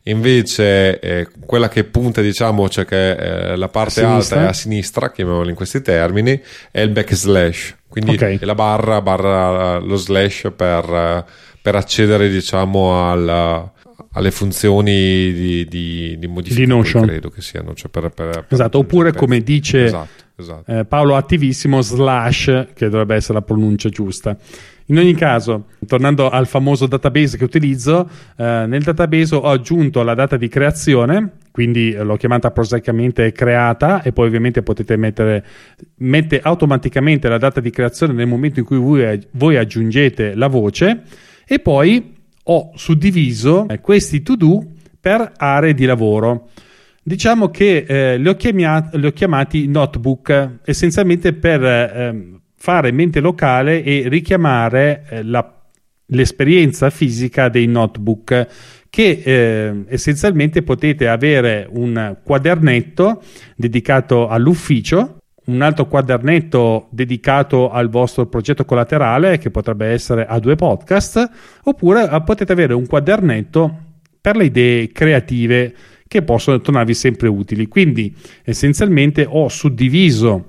invece eh, quella che punta, diciamo, cioè che eh, la parte alta è a sinistra, chiamiamola in questi termini, è il backslash, quindi
okay.
è la barra, barra lo slash per, per accedere, diciamo, al, alle funzioni di, di, di modifica,
di Notion,
credo che siano, cioè per, per, per
esatto, oppure come dice
esatto, esatto.
Eh, Paolo Attivissimo, slash, che dovrebbe essere la pronuncia giusta. In ogni caso, tornando al famoso database che utilizzo, eh, nel database ho aggiunto la data di creazione, quindi l'ho chiamata prosaicamente creata, e poi ovviamente potete mettere, mette automaticamente la data di creazione nel momento in cui voi, voi aggiungete la voce, e poi ho suddiviso eh, questi to-do per aree di lavoro. Diciamo che eh, li, ho chiamati, li ho chiamati notebook, essenzialmente per eh, fare mente locale e richiamare eh, la, l'esperienza fisica dei notebook, che eh, essenzialmente potete avere un quadernetto dedicato all'ufficio, un altro quadernetto dedicato al vostro progetto collaterale, che potrebbe essere a due podcast, oppure eh, potete avere un quadernetto per le idee creative che possono tornarvi sempre utili. Quindi essenzialmente ho suddiviso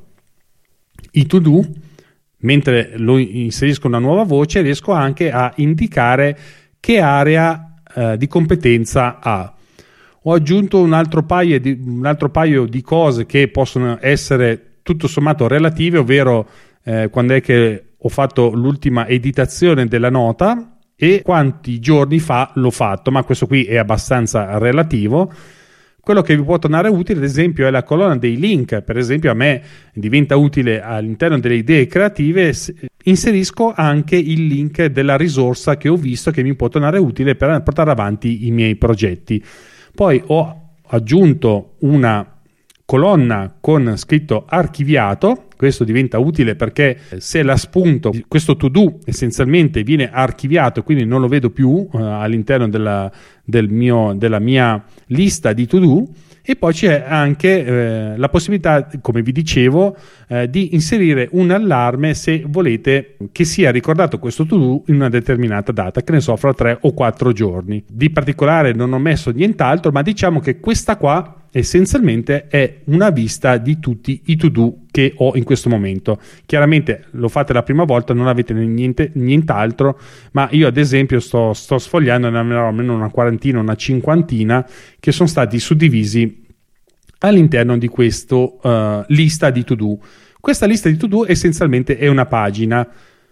i to-do, mentre lo inserisco una nuova voce riesco anche a indicare che area eh, di competenza ha. Ho aggiunto un altro paio di, un altro paio di cose che possono essere tutto sommato relative, ovvero eh, quando è che ho fatto l'ultima editazione della nota e quanti giorni fa l'ho fatto, ma questo qui è abbastanza relativo. Quello che vi può tornare utile, ad esempio, è la colonna dei link. Per esempio, a me diventa utile all'interno delle idee creative, inserisco anche il link della risorsa che ho visto che mi può tornare utile per portare avanti i miei progetti. Poi ho aggiunto una colonna con scritto archiviato. Questo diventa utile perché se la spunto, questo to do essenzialmente viene archiviato, quindi non lo vedo più eh, all'interno della, del mio, della mia lista di to do. E poi c'è anche eh, la possibilità, come vi dicevo, eh, di inserire un allarme se volete che sia ricordato questo to do in una determinata data, che ne so, fra tre o quattro giorni. Di particolare non ho messo nient'altro, ma diciamo che questa qua essenzialmente è una vista di tutti i to do che ho in questo momento. Chiaramente lo fate la prima volta, non avete niente, nient'altro, ma io ad esempio sto, sto sfogliando, ne avrò almeno una quarantina, una cinquantina che sono stati suddivisi all'interno di questa uh, lista di to do. Questa lista di to do essenzialmente è una pagina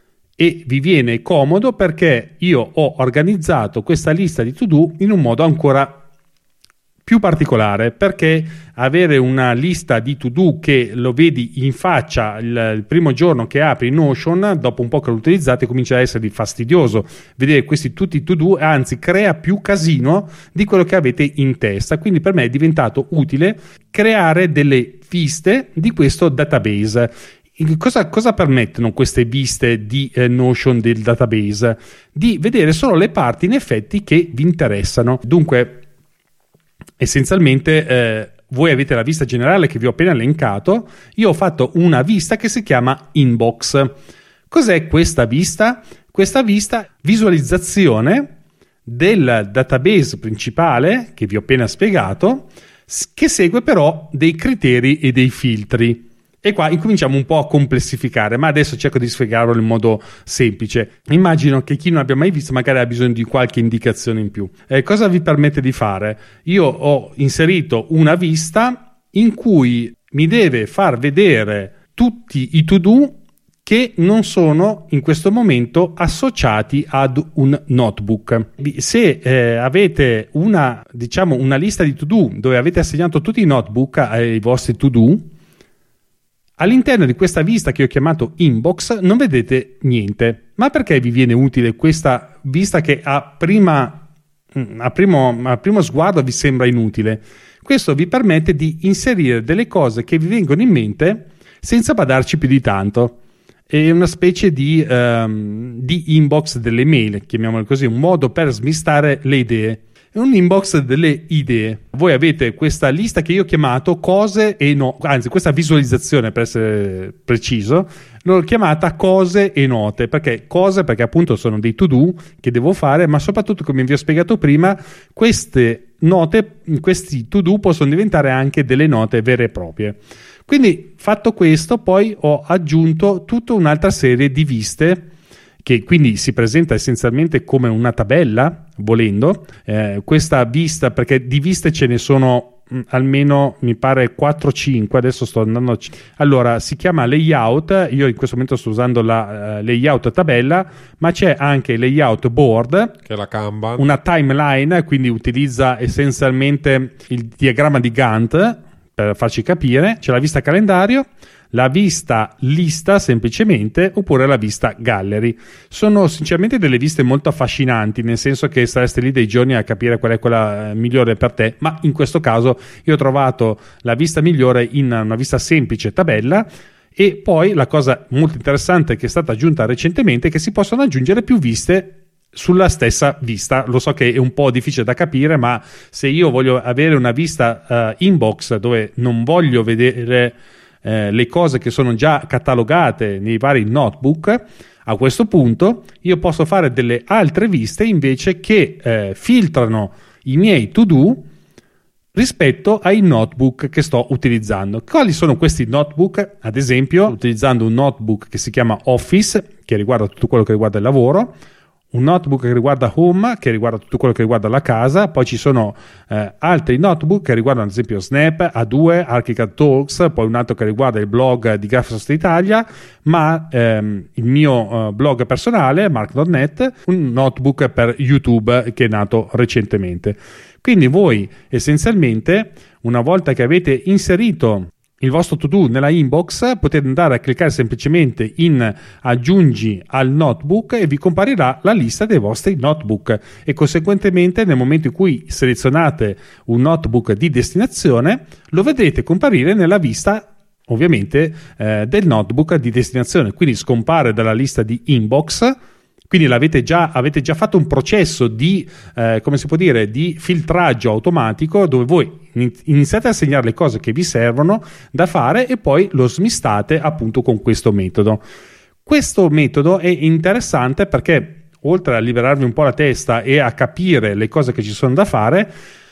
e vi viene comodo perché io ho organizzato questa lista di to do in un modo ancora più particolare, perché avere una lista di to do che lo vedi in faccia il, il primo giorno che apri Notion, dopo un po' che lo utilizzate comincia a essere fastidioso vedere questi tutti i to do, anzi crea più casino di quello che avete in testa. Quindi per me è diventato utile creare delle viste di questo database. Cosa, cosa permettono queste viste di eh, Notion del database? Di vedere solo le parti in effetti che vi interessano. Dunque essenzialmente eh, voi avete la vista generale che vi ho appena elencato. Io ho fatto una vista che si chiama Inbox. Cos'è questa vista? Questa vista visualizzazione del database principale che vi ho appena spiegato, che segue però dei criteri e dei filtri. E qua incominciamo un po' a complessificare, ma adesso cerco di spiegarlo in modo semplice. Immagino che chi non abbia mai visto magari ha bisogno di qualche indicazione in più. Eh, cosa vi permette di fare? Io ho inserito una vista in cui mi deve far vedere tutti i to do che non sono in questo momento associati ad un notebook. Se eh, avete una, diciamo, una lista di to do dove avete assegnato tutti i notebook ai vostri to do, all'interno di questa vista che ho chiamato Inbox non vedete niente. Ma perché vi viene utile questa vista che a, prima, a, primo, a primo sguardo vi sembra inutile? Questo vi permette di inserire delle cose che vi vengono in mente senza badarci più di tanto. È una specie di, um, di inbox delle mail, chiamiamolo così, un modo per smistare le idee. un inbox delle idee. Voi avete questa lista che io ho chiamato cose e no, anzi questa visualizzazione per essere preciso l'ho chiamata cose e note. Perché cose? Perché appunto sono dei to do che devo fare, ma soprattutto, come vi ho spiegato prima, queste note, questi to do possono diventare anche delle note vere e proprie. Quindi, fatto questo, poi ho aggiunto tutta un'altra serie di viste, che quindi si presenta essenzialmente come una tabella, volendo. Eh, questa vista, perché di viste ce ne sono mh, almeno, mi pare, quattro cinque, adesso sto andando a... Allora, si chiama layout, io in questo momento sto usando la uh, layout tabella, ma c'è anche layout board,
che è la Kanban,
una timeline, quindi utilizza essenzialmente il diagramma di Gantt, per farci capire. C'è la vista calendario, la vista lista semplicemente, oppure la vista gallery. Sono sinceramente delle viste molto affascinanti, nel senso che stareste lì dei giorni a capire qual è quella migliore per te, ma in questo caso io ho trovato la vista migliore in una vista semplice tabella. E poi la cosa molto interessante che è stata aggiunta recentemente è che si possono aggiungere più viste sulla stessa vista. Lo so che è un po' difficile da capire, ma se io voglio avere una vista uh, inbox dove non voglio vedere uh, le cose che sono già catalogate nei vari notebook, a questo punto io posso fare delle altre viste invece che uh, filtrano i miei to do rispetto ai notebook che sto utilizzando. Quali sono questi notebook? Ad esempio, utilizzando un notebook che si chiama Office, che riguarda tutto quello che riguarda il lavoro, un notebook che riguarda Home, che riguarda tutto quello che riguarda la casa. Poi ci sono eh, altri notebook che riguardano ad esempio Snap, A due, Archicad Talks, poi un altro che riguarda il blog di Graphisoft Italia, ma ehm, il mio eh, blog personale, mark punto net, un notebook per YouTube che è nato recentemente. Quindi voi essenzialmente, una volta che avete inserito il vostro to-do nella inbox, potete andare a cliccare semplicemente in aggiungi al notebook e vi comparirà la lista dei vostri notebook, e conseguentemente nel momento in cui selezionate un notebook di destinazione lo vedrete comparire nella vista ovviamente eh, del notebook di destinazione, quindi scompare dalla lista di inbox. Quindi l'avete già, avete già fatto un processo di, eh, come si può dire, di filtraggio automatico, dove voi iniziate a segnare le cose che vi servono da fare e poi lo smistate appunto con questo metodo. Questo metodo è interessante perché, oltre a liberarvi un po' la testa e a capire le cose che ci sono da fare,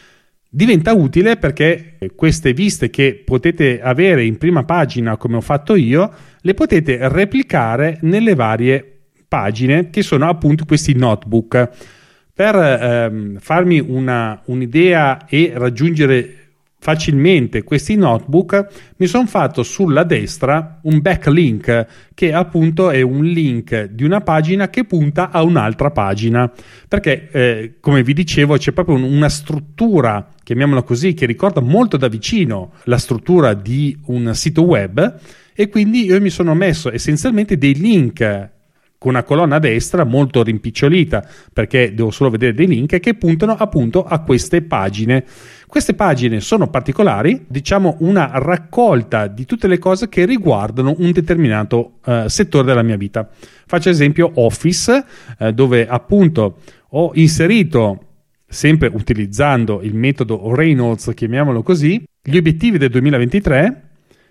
diventa utile perché queste viste che potete avere in prima pagina, come ho fatto io, le potete replicare nelle varie pagine che sono appunto questi notebook. Per ehm, farmi una, un'idea e raggiungere facilmente questi notebook, mi sono fatto sulla destra un backlink, che appunto è un link di una pagina che punta a un'altra pagina, perché eh, come vi dicevo c'è proprio una struttura, chiamiamola così, che ricorda molto da vicino la struttura di un sito web, e quindi io mi sono messo essenzialmente dei link con una colonna a destra molto rimpicciolita, perché devo solo vedere dei link che puntano appunto a queste pagine. Queste pagine sono particolari, diciamo una raccolta di tutte le cose che riguardano un determinato uh, settore della mia vita. Faccio esempio Office, uh, dove appunto ho inserito, sempre utilizzando il metodo Reynolds, chiamiamolo così, gli obiettivi del duemilaventitré,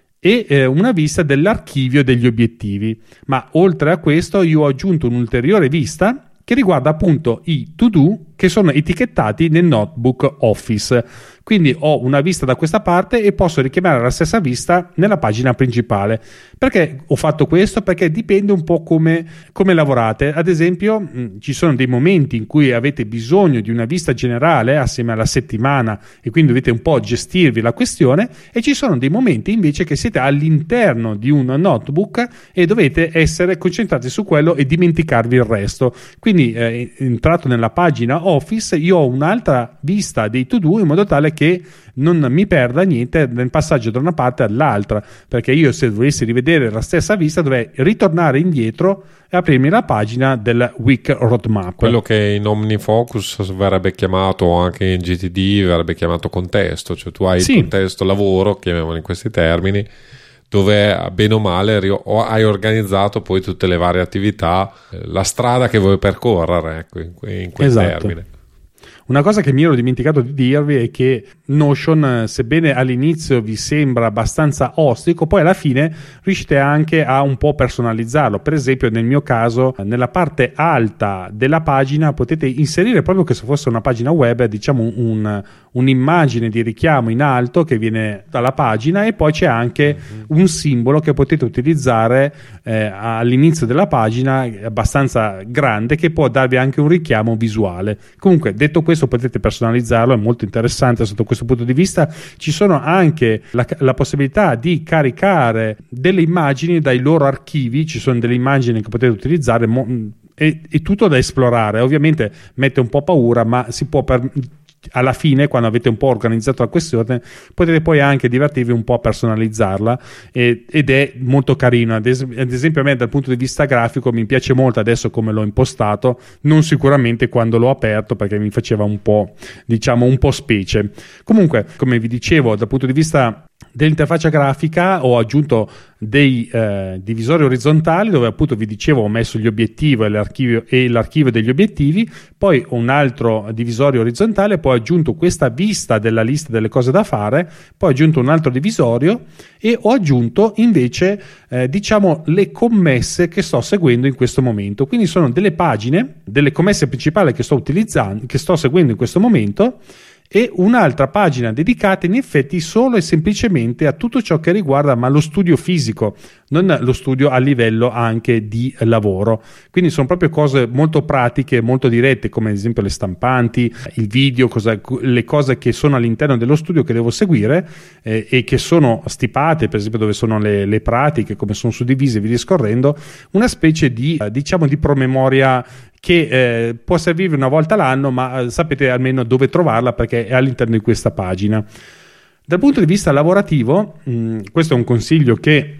e eh, una vista dell'archivio degli obiettivi. Ma oltre a questo io ho aggiunto un'ulteriore vista che riguarda appunto i to-do che sono etichettati nel notebook Office. Quindi ho una vista da questa parte e posso richiamare la stessa vista nella pagina principale. Perché ho fatto questo? Perché dipende un po' come, come lavorate. Ad esempio mh, ci sono dei momenti in cui avete bisogno di una vista generale assieme alla settimana e quindi dovete un po' gestirvi la questione, e ci sono dei momenti invece che siete all'interno di un notebook e dovete essere concentrati su quello e dimenticarvi il resto. Quindi eh, entrato nella pagina Office io ho un'altra vista dei to-do in modo tale che non mi perda niente nel passaggio da una parte all'altra, perché io, se dovessi rivedere la stessa vista, dovrei ritornare indietro e aprirmi la pagina del week roadmap.
Quello che in OmniFocus verrebbe chiamato, anche in G T D verrebbe chiamato contesto, cioè tu hai sì. il contesto lavoro, chiamiamolo in questi termini, dove bene o male hai organizzato poi tutte le varie attività, la strada che vuoi percorrere, ecco, in quel
esatto.
termine.
Una cosa che mi ero dimenticato di dirvi è che Notion, sebbene all'inizio vi sembra abbastanza ostico, poi alla fine riuscite anche a un po' personalizzarlo. Per esempio, nel mio caso, nella parte alta della pagina potete inserire, proprio che se fosse una pagina web, diciamo un, un'immagine di richiamo in alto che viene dalla pagina, e poi c'è anche un simbolo che potete utilizzare eh, all'inizio della pagina, abbastanza grande, che può darvi anche un richiamo visuale. Comunque, detto questo, potete personalizzarlo, è molto interessante sotto questo punto di vista. Ci sono anche la, la possibilità di caricare delle immagini dai loro archivi, ci sono delle immagini che potete utilizzare, mo, è, è tutto da esplorare. Ovviamente mette un po' paura, ma si può per, alla fine, quando avete un po' organizzato la questione, potete poi anche divertirvi un po' a personalizzarla, e, ed è molto carino. Ad, es- ad esempio, a me dal punto di vista grafico mi piace molto adesso come l'ho impostato, non sicuramente quando l'ho aperto, perché mi faceva un po', diciamo, un po' specie. Comunque, come vi dicevo, dal punto di vista dell'interfaccia grafica ho aggiunto dei eh, divisori orizzontali, dove appunto vi dicevo ho messo gli obiettivi e l'archivio, e l'archivio degli obiettivi, poi un altro divisorio orizzontale, poi ho aggiunto questa vista della lista delle cose da fare, poi ho aggiunto un altro divisorio e ho aggiunto invece eh, diciamo le commesse che sto seguendo in questo momento. Quindi sono delle pagine, delle commesse principali che sto utilizzando, che sto seguendo in questo momento, e un'altra pagina dedicata in effetti solo e semplicemente a tutto ciò che riguarda ma lo studio fisico, non lo studio a livello anche di lavoro. Quindi sono proprio cose molto pratiche, molto dirette, come ad esempio le stampanti, il video, cosa, le cose che sono all'interno dello studio che devo seguire eh, e che sono stipate, per esempio dove sono le, le pratiche, come sono suddivise e via discorrendo, una specie di eh, diciamo di promemoria che eh, può servirvi una volta l'anno, ma eh, sapete almeno dove trovarla, perché è all'interno di questa pagina. Dal punto di vista lavorativo, mh, questo è un consiglio che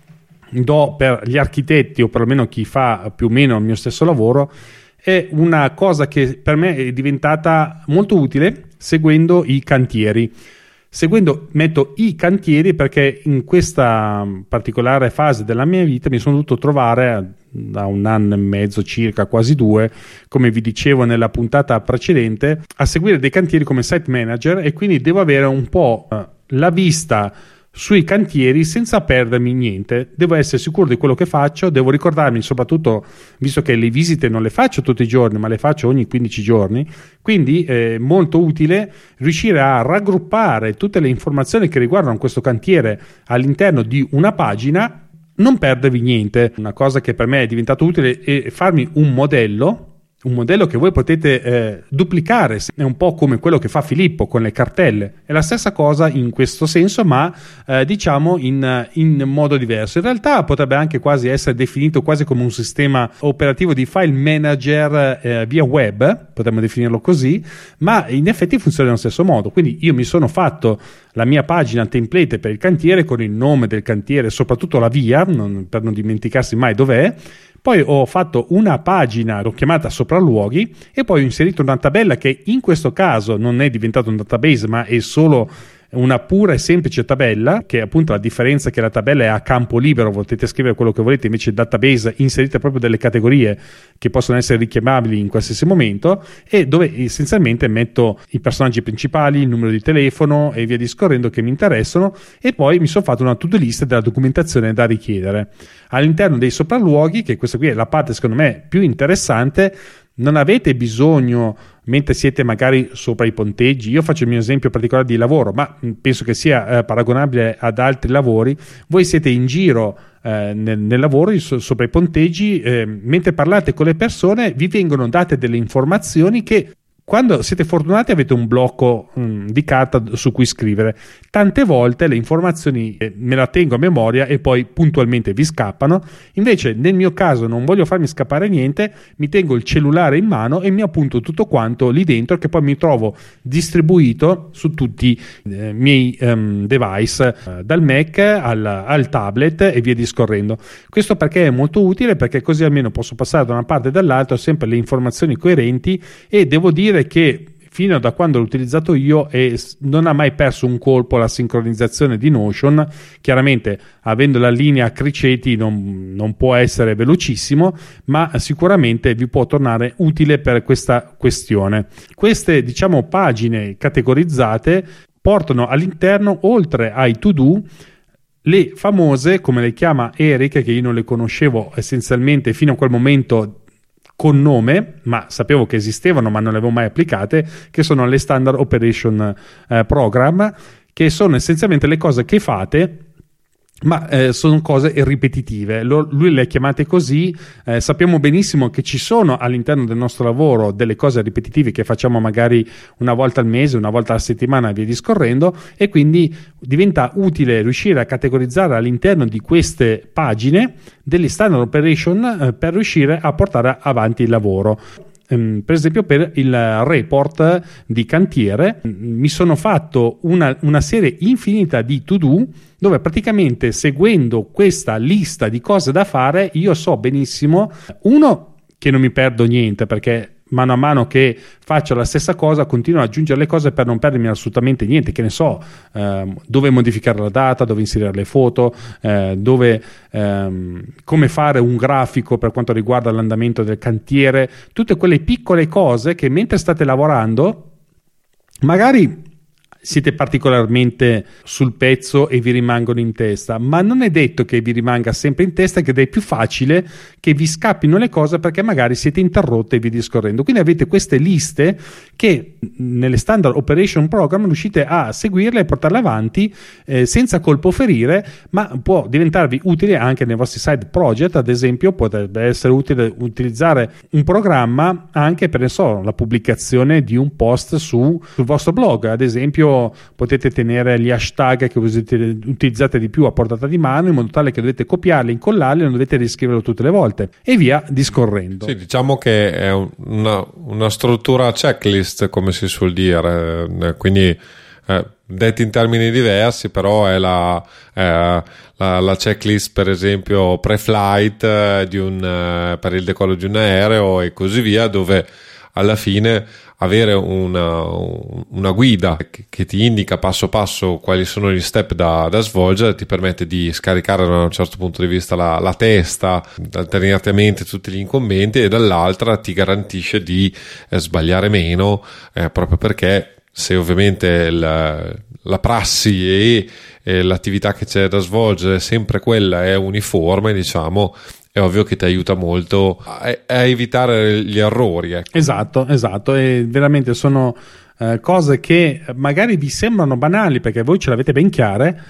do per gli architetti, o perlomeno chi fa più o meno il mio stesso lavoro, è una cosa che per me è diventata molto utile seguendo i cantieri. Seguendo, metto i cantieri perché in questa particolare fase della mia vita mi sono dovuto trovare da un anno e mezzo circa, quasi due, come vi dicevo nella puntata precedente, a seguire dei cantieri come site manager, e quindi devo avere un po' la vista sui cantieri senza perdermi niente. Devo essere sicuro di quello che faccio, devo ricordarmi, soprattutto visto che le visite non le faccio tutti i giorni ma le faccio ogni quindici giorni, quindi è molto utile riuscire a raggruppare tutte le informazioni che riguardano questo cantiere all'interno di una pagina, non perdervi niente. Una cosa che per me è diventato utile è farmi un modello un modello che voi potete eh, duplicare. È un po' come quello che fa Filippo con le cartelle, è la stessa cosa in questo senso, ma eh, diciamo in, in modo diverso. In realtà potrebbe anche quasi essere definito quasi come un sistema operativo di file manager eh, via web, potremmo definirlo così, ma in effetti funziona nello stesso modo. Quindi io mi sono fatto la mia pagina template per il cantiere con il nome del cantiere, soprattutto la via, non, per non dimenticarsi mai dov'è. Poi ho fatto una pagina, l'ho chiamata sopralluoghi, e poi ho inserito una tabella che in questo caso non è diventato un database, ma è solo una pura e semplice tabella, che appunto la differenza è che la tabella è a campo libero, potete scrivere quello che volete, invece il database inserite proprio delle categorie che possono essere richiamabili in qualsiasi momento, e dove essenzialmente metto i personaggi principali, il numero di telefono e via discorrendo che mi interessano, e poi mi sono fatto una to-do list della documentazione da richiedere. All'interno dei sopralluoghi, che questa qui è la parte secondo me più interessante, non avete bisogno, mentre siete magari sopra i ponteggi, io faccio il mio esempio particolare di lavoro, ma penso che sia eh, paragonabile ad altri lavori, voi siete in giro eh, nel, nel lavoro so, sopra i ponteggi, eh, mentre parlate con le persone vi vengono date delle informazioni che, quando siete fortunati, avete un blocco mh, di carta su cui scrivere. Tante volte le informazioni eh, me la tengo a memoria e poi puntualmente vi scappano. Invece nel mio caso non voglio farmi scappare niente, mi tengo il cellulare in mano e mi appunto tutto quanto lì dentro, che poi mi trovo distribuito su tutti i eh, miei um, device, eh, dal Mac al, al tablet e via discorrendo. Questo perché è molto utile, perché così almeno posso passare da una parte e dall'altra sempre le informazioni coerenti, e devo dire che fino da quando l'ho utilizzato io e non ha mai perso un colpo la sincronizzazione di Notion. Chiaramente avendo la linea a criceti non, non può essere velocissimo, ma sicuramente vi può tornare utile per questa questione. Queste, diciamo, pagine categorizzate portano all'interno, oltre ai to-do, le famose, come le chiama Eric, che io non le conoscevo essenzialmente fino a quel momento con nome, ma sapevo che esistevano ma non le avevo mai applicate, che sono le Standard Operation eh, Program, che sono essenzialmente le cose che fate, ma eh, sono cose ripetitive. Lo, lui le ha chiamate così. Eh, sappiamo benissimo che ci sono all'interno del nostro lavoro delle cose ripetitive che facciamo magari una volta al mese, una volta alla settimana e via discorrendo, e quindi diventa utile riuscire a categorizzare all'interno di queste pagine delle standard operation eh, per riuscire a portare avanti il lavoro. Per esempio, per il report di cantiere mi sono fatto una, una serie infinita di to-do, dove praticamente, seguendo questa lista di cose da fare, io so benissimo, uno, che non mi perdo niente, perché mano a mano che faccio la stessa cosa continuo ad aggiungere le cose per non perdermi assolutamente niente, che ne so, ehm, dove modificare la data, dove inserire le foto, eh, dove ehm, come fare un grafico per quanto riguarda l'andamento del cantiere, tutte quelle piccole cose che mentre state lavorando magari siete particolarmente sul pezzo e vi rimangono in testa, ma non è detto che vi rimanga sempre in testa, che è più facile che vi scappino le cose perché magari siete interrotte e vi discorrendo. Quindi avete queste liste che nelle Standard Operation Program riuscite a seguirle e portarle avanti eh, senza colpo ferire, ma può diventarvi utile anche nei vostri side project. Ad esempio, potrebbe essere utile utilizzare un programma anche per, ne so, la pubblicazione di un post su, sul vostro blog. Ad esempio, potete tenere gli hashtag che utilizzate di più a portata di mano, in modo tale che dovete copiarli, incollarli, non dovete riscriverlo tutte le volte, e via discorrendo.
Sì, diciamo che è una, una struttura checklist, come si suol dire, quindi eh, detti in termini diversi, però è la, eh, la, la checklist, per esempio pre-flight eh, di un, eh, per il decollo di un aereo e così via, dove alla fine avere una, una guida che, che ti indica passo passo quali sono gli step da, da svolgere, ti permette di scaricare da un certo punto di vista la, la testa, alternatamente tutti gli incombenti, e dall'altra ti garantisce di eh, sbagliare meno, eh, proprio perché se ovviamente la, la prassi e, e l'attività che c'è da svolgere sempre quella è uniforme, diciamo, è ovvio che ti aiuta molto a, a evitare gli errori, ecco.
Esatto, esatto, e veramente sono eh, cose che magari vi sembrano banali perché voi ce l'avete ben chiare,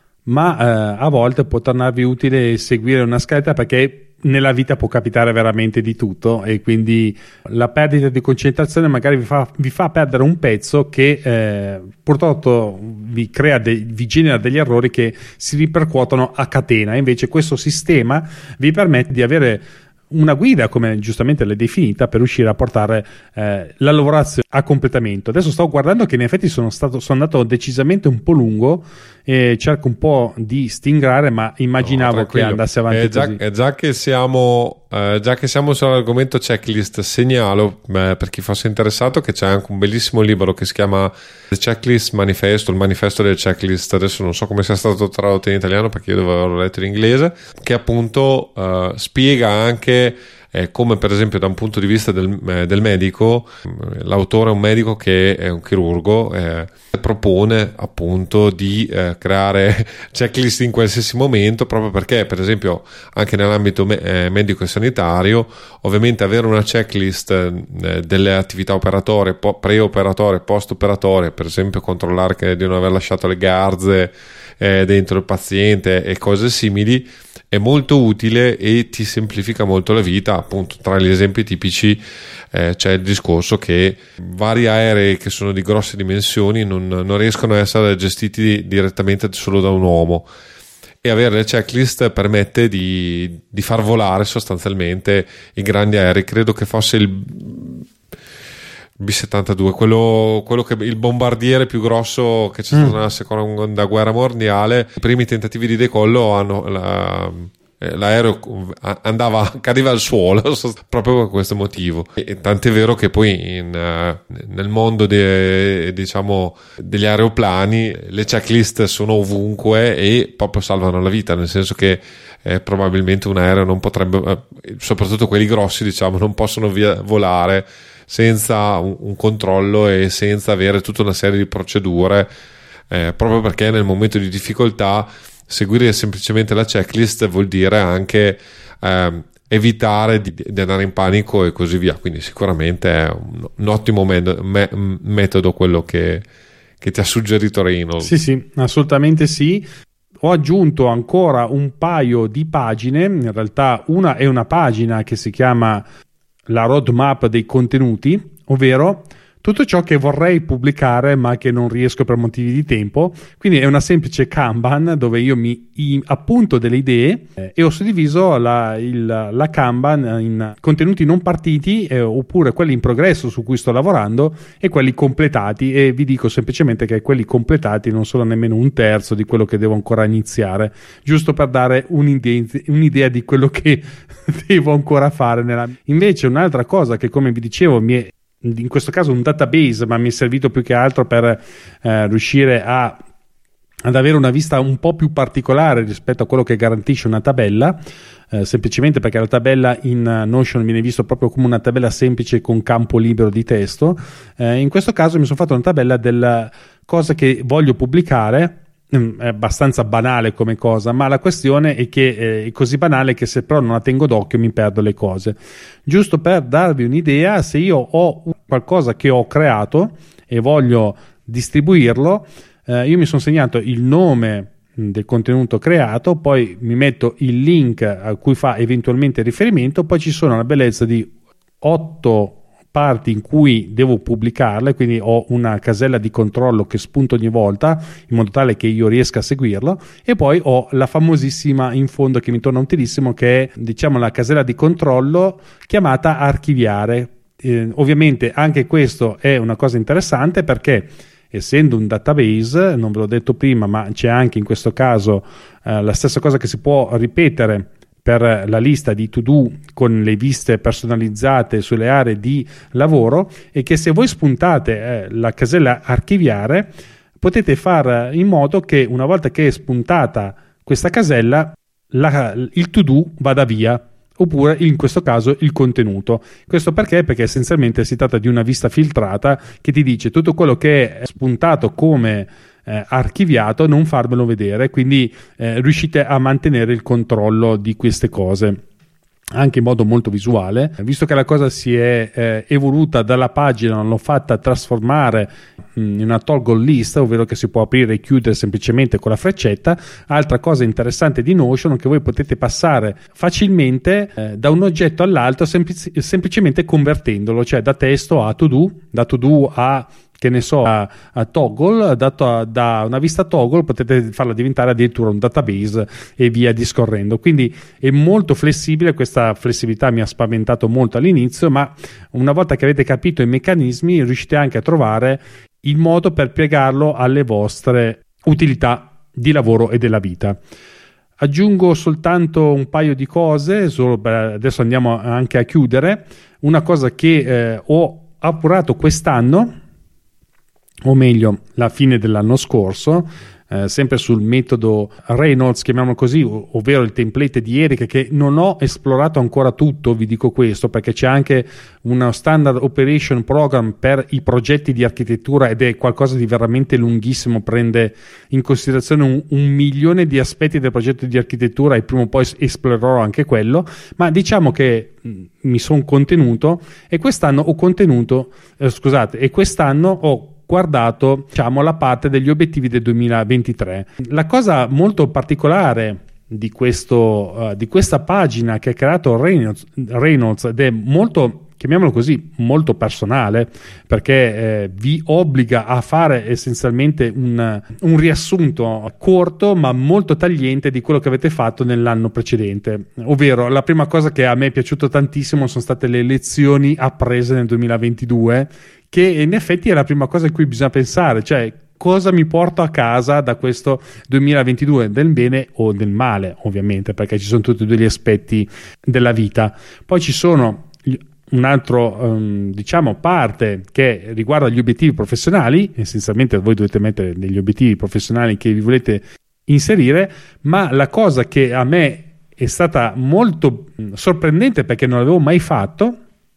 ma eh, a volte può tornarvi utile seguire una scaletta, perché nella vita può capitare veramente di tutto, e quindi la perdita di concentrazione magari vi fa, vi fa perdere un pezzo che eh, purtroppo vi crea de, vi genera degli errori che si ripercuotono a catena. Invece questo sistema vi permette di avere una guida, come giustamente l'hai definita, per riuscire a portare eh, la lavorazione a completamento. Adesso sto guardando che in effetti sono stato sono andato decisamente un po' lungo e cerco un po' di stingare, ma immaginavo no, che andasse avanti
eh, già,
così.
Eh, già che siamo eh, già che siamo sull'argomento checklist, segnalo eh, per chi fosse interessato che c'è anche un bellissimo libro che si chiama The Checklist Manifesto, il manifesto delle checklist. Adesso non so come sia stato tradotto in italiano, perché io dovevo averlo letto in inglese, che appunto eh, spiega anche Eh, come per esempio da un punto di vista del, eh, del medico. L'autore è un medico che è un chirurgo, eh, propone appunto di eh, creare checklist in qualsiasi momento, proprio perché per esempio anche nell'ambito me- eh, medico e sanitario, ovviamente avere una checklist eh, delle attività operatorie, po- pre-operatorie, post-operatorie, per esempio controllare che di non aver lasciato le garze eh, dentro il paziente e cose simili, è molto utile e ti semplifica molto la vita. Appunto, tra gli esempi tipici eh, c'è il discorso che vari aerei che sono di grosse dimensioni non, non riescono a essere gestiti direttamente solo da un uomo, e avere le checklist permette di, di far volare sostanzialmente i grandi aerei. Credo che fosse il B settantadue, quello, quello che il bombardiere più grosso che c'è stato mm. nella seconda guerra mondiale. I primi tentativi di decollo hanno la, eh, l'aereo andava, cadeva al suolo proprio per questo motivo. E tant'è vero che poi in, uh, nel mondo de, diciamo degli aeroplani le checklist sono ovunque e proprio salvano la vita, nel senso che eh, probabilmente un aereo non potrebbe, eh, soprattutto quelli grossi, diciamo, non possono via, volare senza un, un controllo e senza avere tutta una serie di procedure, eh, proprio perché nel momento di difficoltà seguire semplicemente la checklist vuol dire anche eh, evitare di, di andare in panico e così via. Quindi sicuramente è un, un ottimo me- me- metodo quello che, che ti ha suggerito Reynolds.
Sì, sì, assolutamente sì. Ho aggiunto ancora un paio di pagine, in realtà una è una pagina che si chiama la roadmap dei contenuti, ovvero tutto ciò che vorrei pubblicare ma che non riesco per motivi di tempo. Quindi è una semplice Kanban dove io mi appunto delle idee eh, e ho suddiviso la, il, la Kanban in contenuti non partiti eh, oppure quelli in progresso su cui sto lavorando e quelli completati, e vi dico semplicemente che quelli completati non sono nemmeno un terzo di quello che devo ancora iniziare, giusto per dare un'idea, un'idea di quello che devo ancora fare nella... Invece un'altra cosa che, come vi dicevo, mi è in questo caso un database, ma mi è servito più che altro per eh, riuscire a, ad avere una vista un po' più particolare rispetto a quello che garantisce una tabella, eh, semplicemente perché la tabella in Notion viene vista proprio come una tabella semplice con campo libero di testo. Eh, in questo caso mi sono fatto una tabella della cosa che voglio pubblicare. È abbastanza banale come cosa, ma la questione è che eh, è così banale che se però non la tengo d'occhio mi perdo le cose. Giusto per darvi un'idea, se io ho qualcosa che ho creato e voglio distribuirlo, eh, io mi sono segnato il nome del contenuto creato, poi mi metto il link a cui fa eventualmente riferimento, poi ci sono una bellezza di otto parti in cui devo pubblicarle, quindi ho una casella di controllo che spunto ogni volta in modo tale che io riesca a seguirlo, e poi ho la famosissima in fondo che mi torna utilissimo, che è, diciamo, la casella di controllo chiamata archiviare. Eh, ovviamente anche questo è una cosa interessante perché, essendo un database, non ve l'ho detto prima, ma c'è anche in questo caso eh, la stessa cosa che si può ripetere per la lista di to-do con le viste personalizzate sulle aree di lavoro, e che se voi spuntate eh, la casella archiviare potete fare in modo che una volta che è spuntata questa casella la, il to-do vada via, oppure in questo caso il contenuto. Questo perché? Perché essenzialmente si tratta di una vista filtrata che ti dice tutto quello che è spuntato come Eh, archiviato, non farmelo vedere, quindi eh, riuscite a mantenere il controllo di queste cose anche in modo molto visuale. Visto che la cosa si è eh, evoluta dalla pagina, l'ho fatta trasformare mh, in una toggle list, ovvero che si può aprire e chiudere semplicemente con la freccetta. Altra cosa interessante di Notion è che voi potete passare facilmente eh, da un oggetto all'altro semplic- semplicemente convertendolo, cioè da testo a to do, da to do a che ne so, a, a toggle, dato a, da una vista toggle potete farla diventare addirittura un database e via discorrendo. Quindi è molto flessibile. Questa flessibilità mi ha spaventato molto all'inizio, ma una volta che avete capito i meccanismi riuscite anche a trovare il modo per piegarlo alle vostre utilità di lavoro e della vita. Aggiungo soltanto un paio di cose, solo per, adesso andiamo anche a chiudere. Una cosa che eh, ho appurato quest'anno, o meglio la fine dell'anno scorso, eh, sempre sul metodo Reynolds, chiamiamolo così, ovvero il template di Eric, che non ho esplorato ancora tutto, vi dico questo, perché c'è anche uno standard operation program per i progetti di architettura ed è qualcosa di veramente lunghissimo, prende in considerazione un, un milione di aspetti del progetto di architettura e prima o poi esplorerò anche quello, ma diciamo che mh, mi sono contenuto e quest'anno ho contenuto, eh, scusate, e quest'anno ho guardato, diciamo, la parte degli obiettivi del duemilaventitré. La cosa molto particolare di questo uh, di questa pagina che ha creato Reynolds, Reynolds ed è molto, chiamiamolo così, molto personale, perché eh, vi obbliga a fare essenzialmente un, un riassunto corto ma molto tagliente di quello che avete fatto nell'anno precedente. Ovvero, la prima cosa che a me è piaciuto tantissimo sono state le lezioni apprese nel duemilaventidue, che in effetti è la prima cosa a cui bisogna pensare, cioè cosa mi porto a casa da questo duemilaventidue, del bene o del male, ovviamente, perché ci sono tutti e due gli aspetti della vita. Poi ci sono un altro um, diciamo parte che riguarda gli obiettivi professionali. Essenzialmente voi dovete mettere degli obiettivi professionali che vi volete inserire, ma la cosa che a me è stata molto sorprendente, perché non l'avevo mai fatto,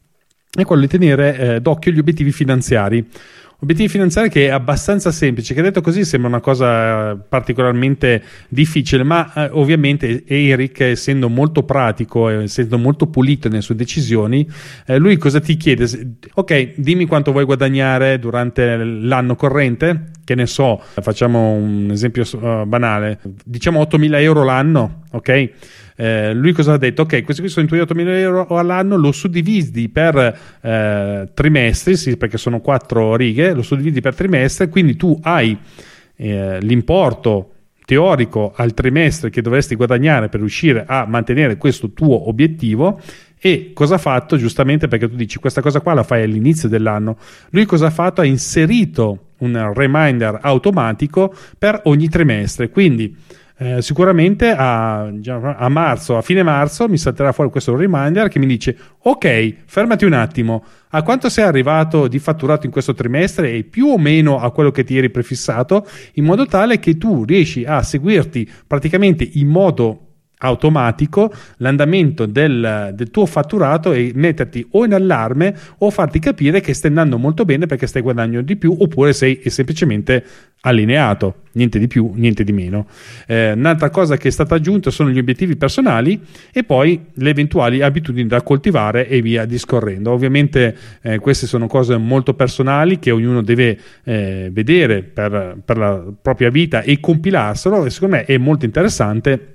è quello di tenere eh, d'occhio gli obiettivi finanziari. Obiettivi finanziari che è abbastanza semplice, che detto così sembra una cosa particolarmente difficile, ma eh, ovviamente Eric, essendo molto pratico, essendo molto pulito nelle sue decisioni, eh, lui cosa ti chiede? Ok, dimmi quanto vuoi guadagnare durante l'anno corrente, che ne so, facciamo un esempio uh, banale, diciamo ottomila euro l'anno, ok? Eh, lui cosa ha detto? Ok, questi qui sono i tuoi ottomila euro all'anno, lo suddividi per eh, trimestri, sì, perché sono quattro righe, lo suddividi per trimestre, quindi tu hai eh, l'importo teorico al trimestre che dovresti guadagnare per riuscire a mantenere questo tuo obiettivo. E cosa ha fatto? Giustamente, perché tu dici questa cosa qua la fai all'inizio dell'anno, lui cosa ha fatto? Ha inserito un reminder automatico per ogni trimestre, quindi Eh, sicuramente a, a marzo, a fine marzo mi salterà fuori questo reminder che mi dice ok, fermati un attimo, a quanto sei arrivato di fatturato in questo trimestre e più o meno a quello che ti eri prefissato, in modo tale che tu riesci a seguirti praticamente in modo automatico l'andamento del, del tuo fatturato e metterti o in allarme o farti capire che stai andando molto bene perché stai guadagnando di più, oppure sei semplicemente allineato, niente di più, niente di meno. Eh, un'altra cosa che è stata aggiunta sono gli obiettivi personali e poi le eventuali abitudini da coltivare e via discorrendo. Ovviamente eh, queste sono cose molto personali che ognuno deve eh, vedere per, per la propria vita e compilarselo, e secondo me è molto interessante.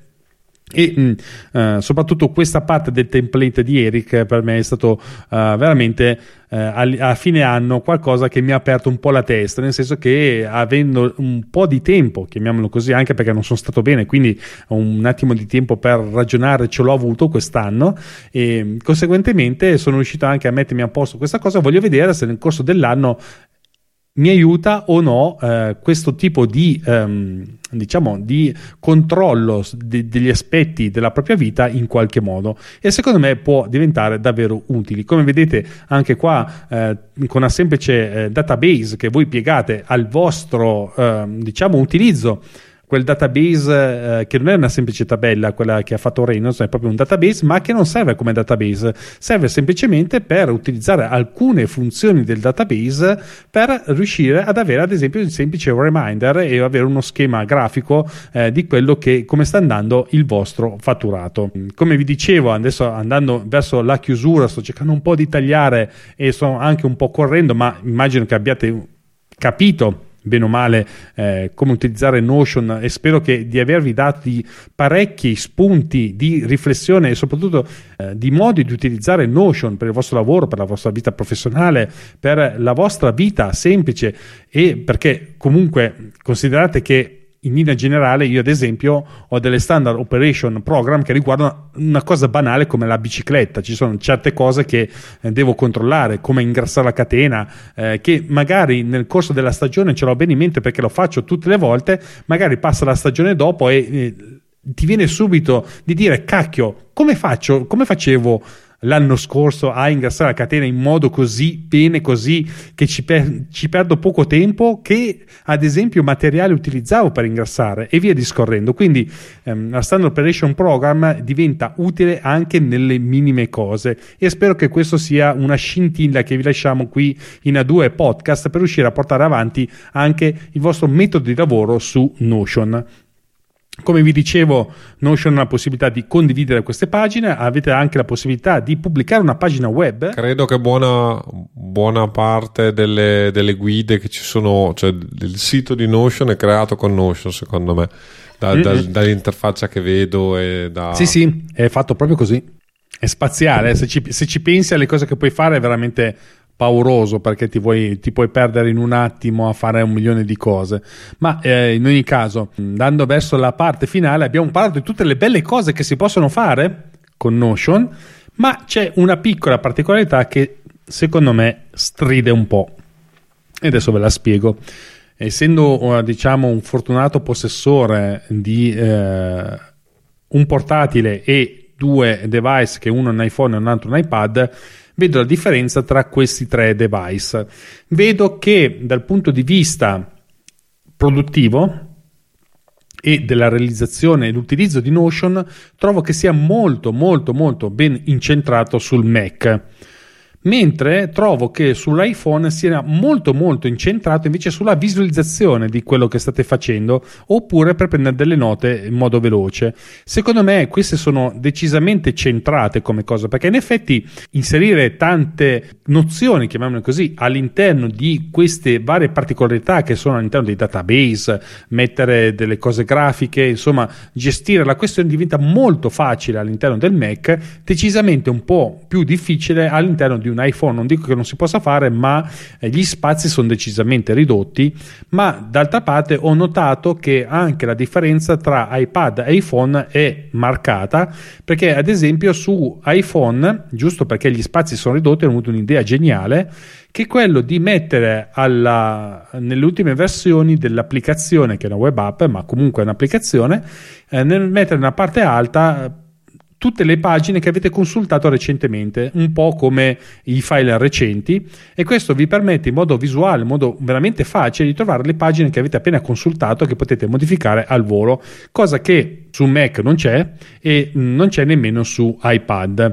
E mh, eh, soprattutto questa parte del template di Eric per me è stato uh, veramente uh, a, a fine anno qualcosa che mi ha aperto un po' la testa, nel senso che avendo un po' di tempo, chiamiamolo così, anche perché non sono stato bene, quindi un attimo di tempo per ragionare ce l'ho avuto quest'anno, e conseguentemente sono riuscito anche a mettermi a posto questa cosa. Voglio vedere se nel corso dell'anno mi aiuta o no eh, questo tipo di um, diciamo di controllo de- degli aspetti della propria vita in qualche modo, e secondo me può diventare davvero utili. Come vedete anche qua eh, con una semplice eh, database che voi piegate al vostro eh, diciamo utilizzo, quel database eh, che non è una semplice tabella, quella che ha fatto Reynolds, è proprio un database, ma che non serve come database, serve semplicemente per utilizzare alcune funzioni del database per riuscire ad avere ad esempio un semplice reminder e avere uno schema grafico eh, di quello che, come sta andando il vostro fatturato. Come vi dicevo, adesso andando verso la chiusura, sto cercando un po' di tagliare e sto anche un po' correndo, ma immagino che abbiate capito bene o male eh, come utilizzare Notion, e spero che di avervi dati parecchi spunti di riflessione e soprattutto eh, di modi di utilizzare Notion per il vostro lavoro, per la vostra vita professionale, per la vostra vita semplice, e perché comunque considerate che in linea generale io ad esempio ho delle standard operation program che riguardano una cosa banale come la bicicletta. Ci sono certe cose che eh, devo controllare, come ingrassare la catena, eh, che magari nel corso della stagione ce l'ho bene in mente perché lo faccio tutte le volte, magari passa la stagione dopo e eh, ti viene subito di dire cacchio, come faccio, come facevo l'anno scorso a ingrassare la catena in modo così bene, così che ci, per, ci perdo poco tempo, che ad esempio materiale utilizzavo per ingrassare e via discorrendo. Quindi ehm, la Standard Operation Program diventa utile anche nelle minime cose, e spero che questo sia una scintilla che vi lasciamo qui in A due Podcast per riuscire a portare avanti anche il vostro metodo di lavoro su Notion. Come vi dicevo, Notion ha la possibilità di condividere queste pagine, avete anche la possibilità di pubblicare una pagina web.
Credo che buona, buona parte delle, delle guide che ci sono, cioè il sito di Notion è creato con Notion, secondo me, da, mm-hmm. da, dall'interfaccia che vedo e da...
Sì, sì, è fatto proprio così, è spaziale, se ci, se ci pensi alle cose che puoi fare è veramente pauroso, perché ti, vuoi, ti puoi perdere in un attimo a fare un milione di cose. Ma eh, in ogni caso, andando verso la parte finale, abbiamo parlato di tutte le belle cose che si possono fare con Notion, ma c'è una piccola particolarità che secondo me stride un po', e adesso ve la spiego. essendo diciamo un fortunato possessore di eh, un portatile e due device, che uno è un iPhone e un altro un iPad, vedo la differenza tra questi tre device. Vedo che dal punto di vista produttivo e della realizzazione e l'utilizzo di Notion, trovo che sia molto molto molto ben incentrato sul Mac, mentre trovo che sull'iPhone sia molto molto incentrato invece sulla visualizzazione di quello che state facendo, oppure per prendere delle note in modo veloce. Secondo me queste sono decisamente centrate come cosa, perché in effetti inserire tante nozioni, chiamiamole così, all'interno di queste varie particolarità che sono all'interno dei database, mettere delle cose grafiche, insomma gestire la questione diventa molto facile all'interno del Mac, decisamente un po' più difficile all'interno di un iPhone. Non dico che non si possa fare, ma gli spazi sono decisamente ridotti. Ma d'altra parte ho notato che anche la differenza tra iPad e iPhone è marcata, perché ad esempio su iPhone, giusto perché gli spazi sono ridotti, ho avuto un'idea geniale, che è quello di mettere alla, nelle ultime versioni dell'applicazione, che è una web app ma comunque è un'applicazione, eh, nel mettere nella parte alta tutte le pagine che avete consultato recentemente, un po' come i file recenti, e questo vi permette in modo visuale, in modo veramente facile, di trovare le pagine che avete appena consultato, che potete modificare al volo, cosa che su Mac non c'è e non c'è nemmeno su iPad.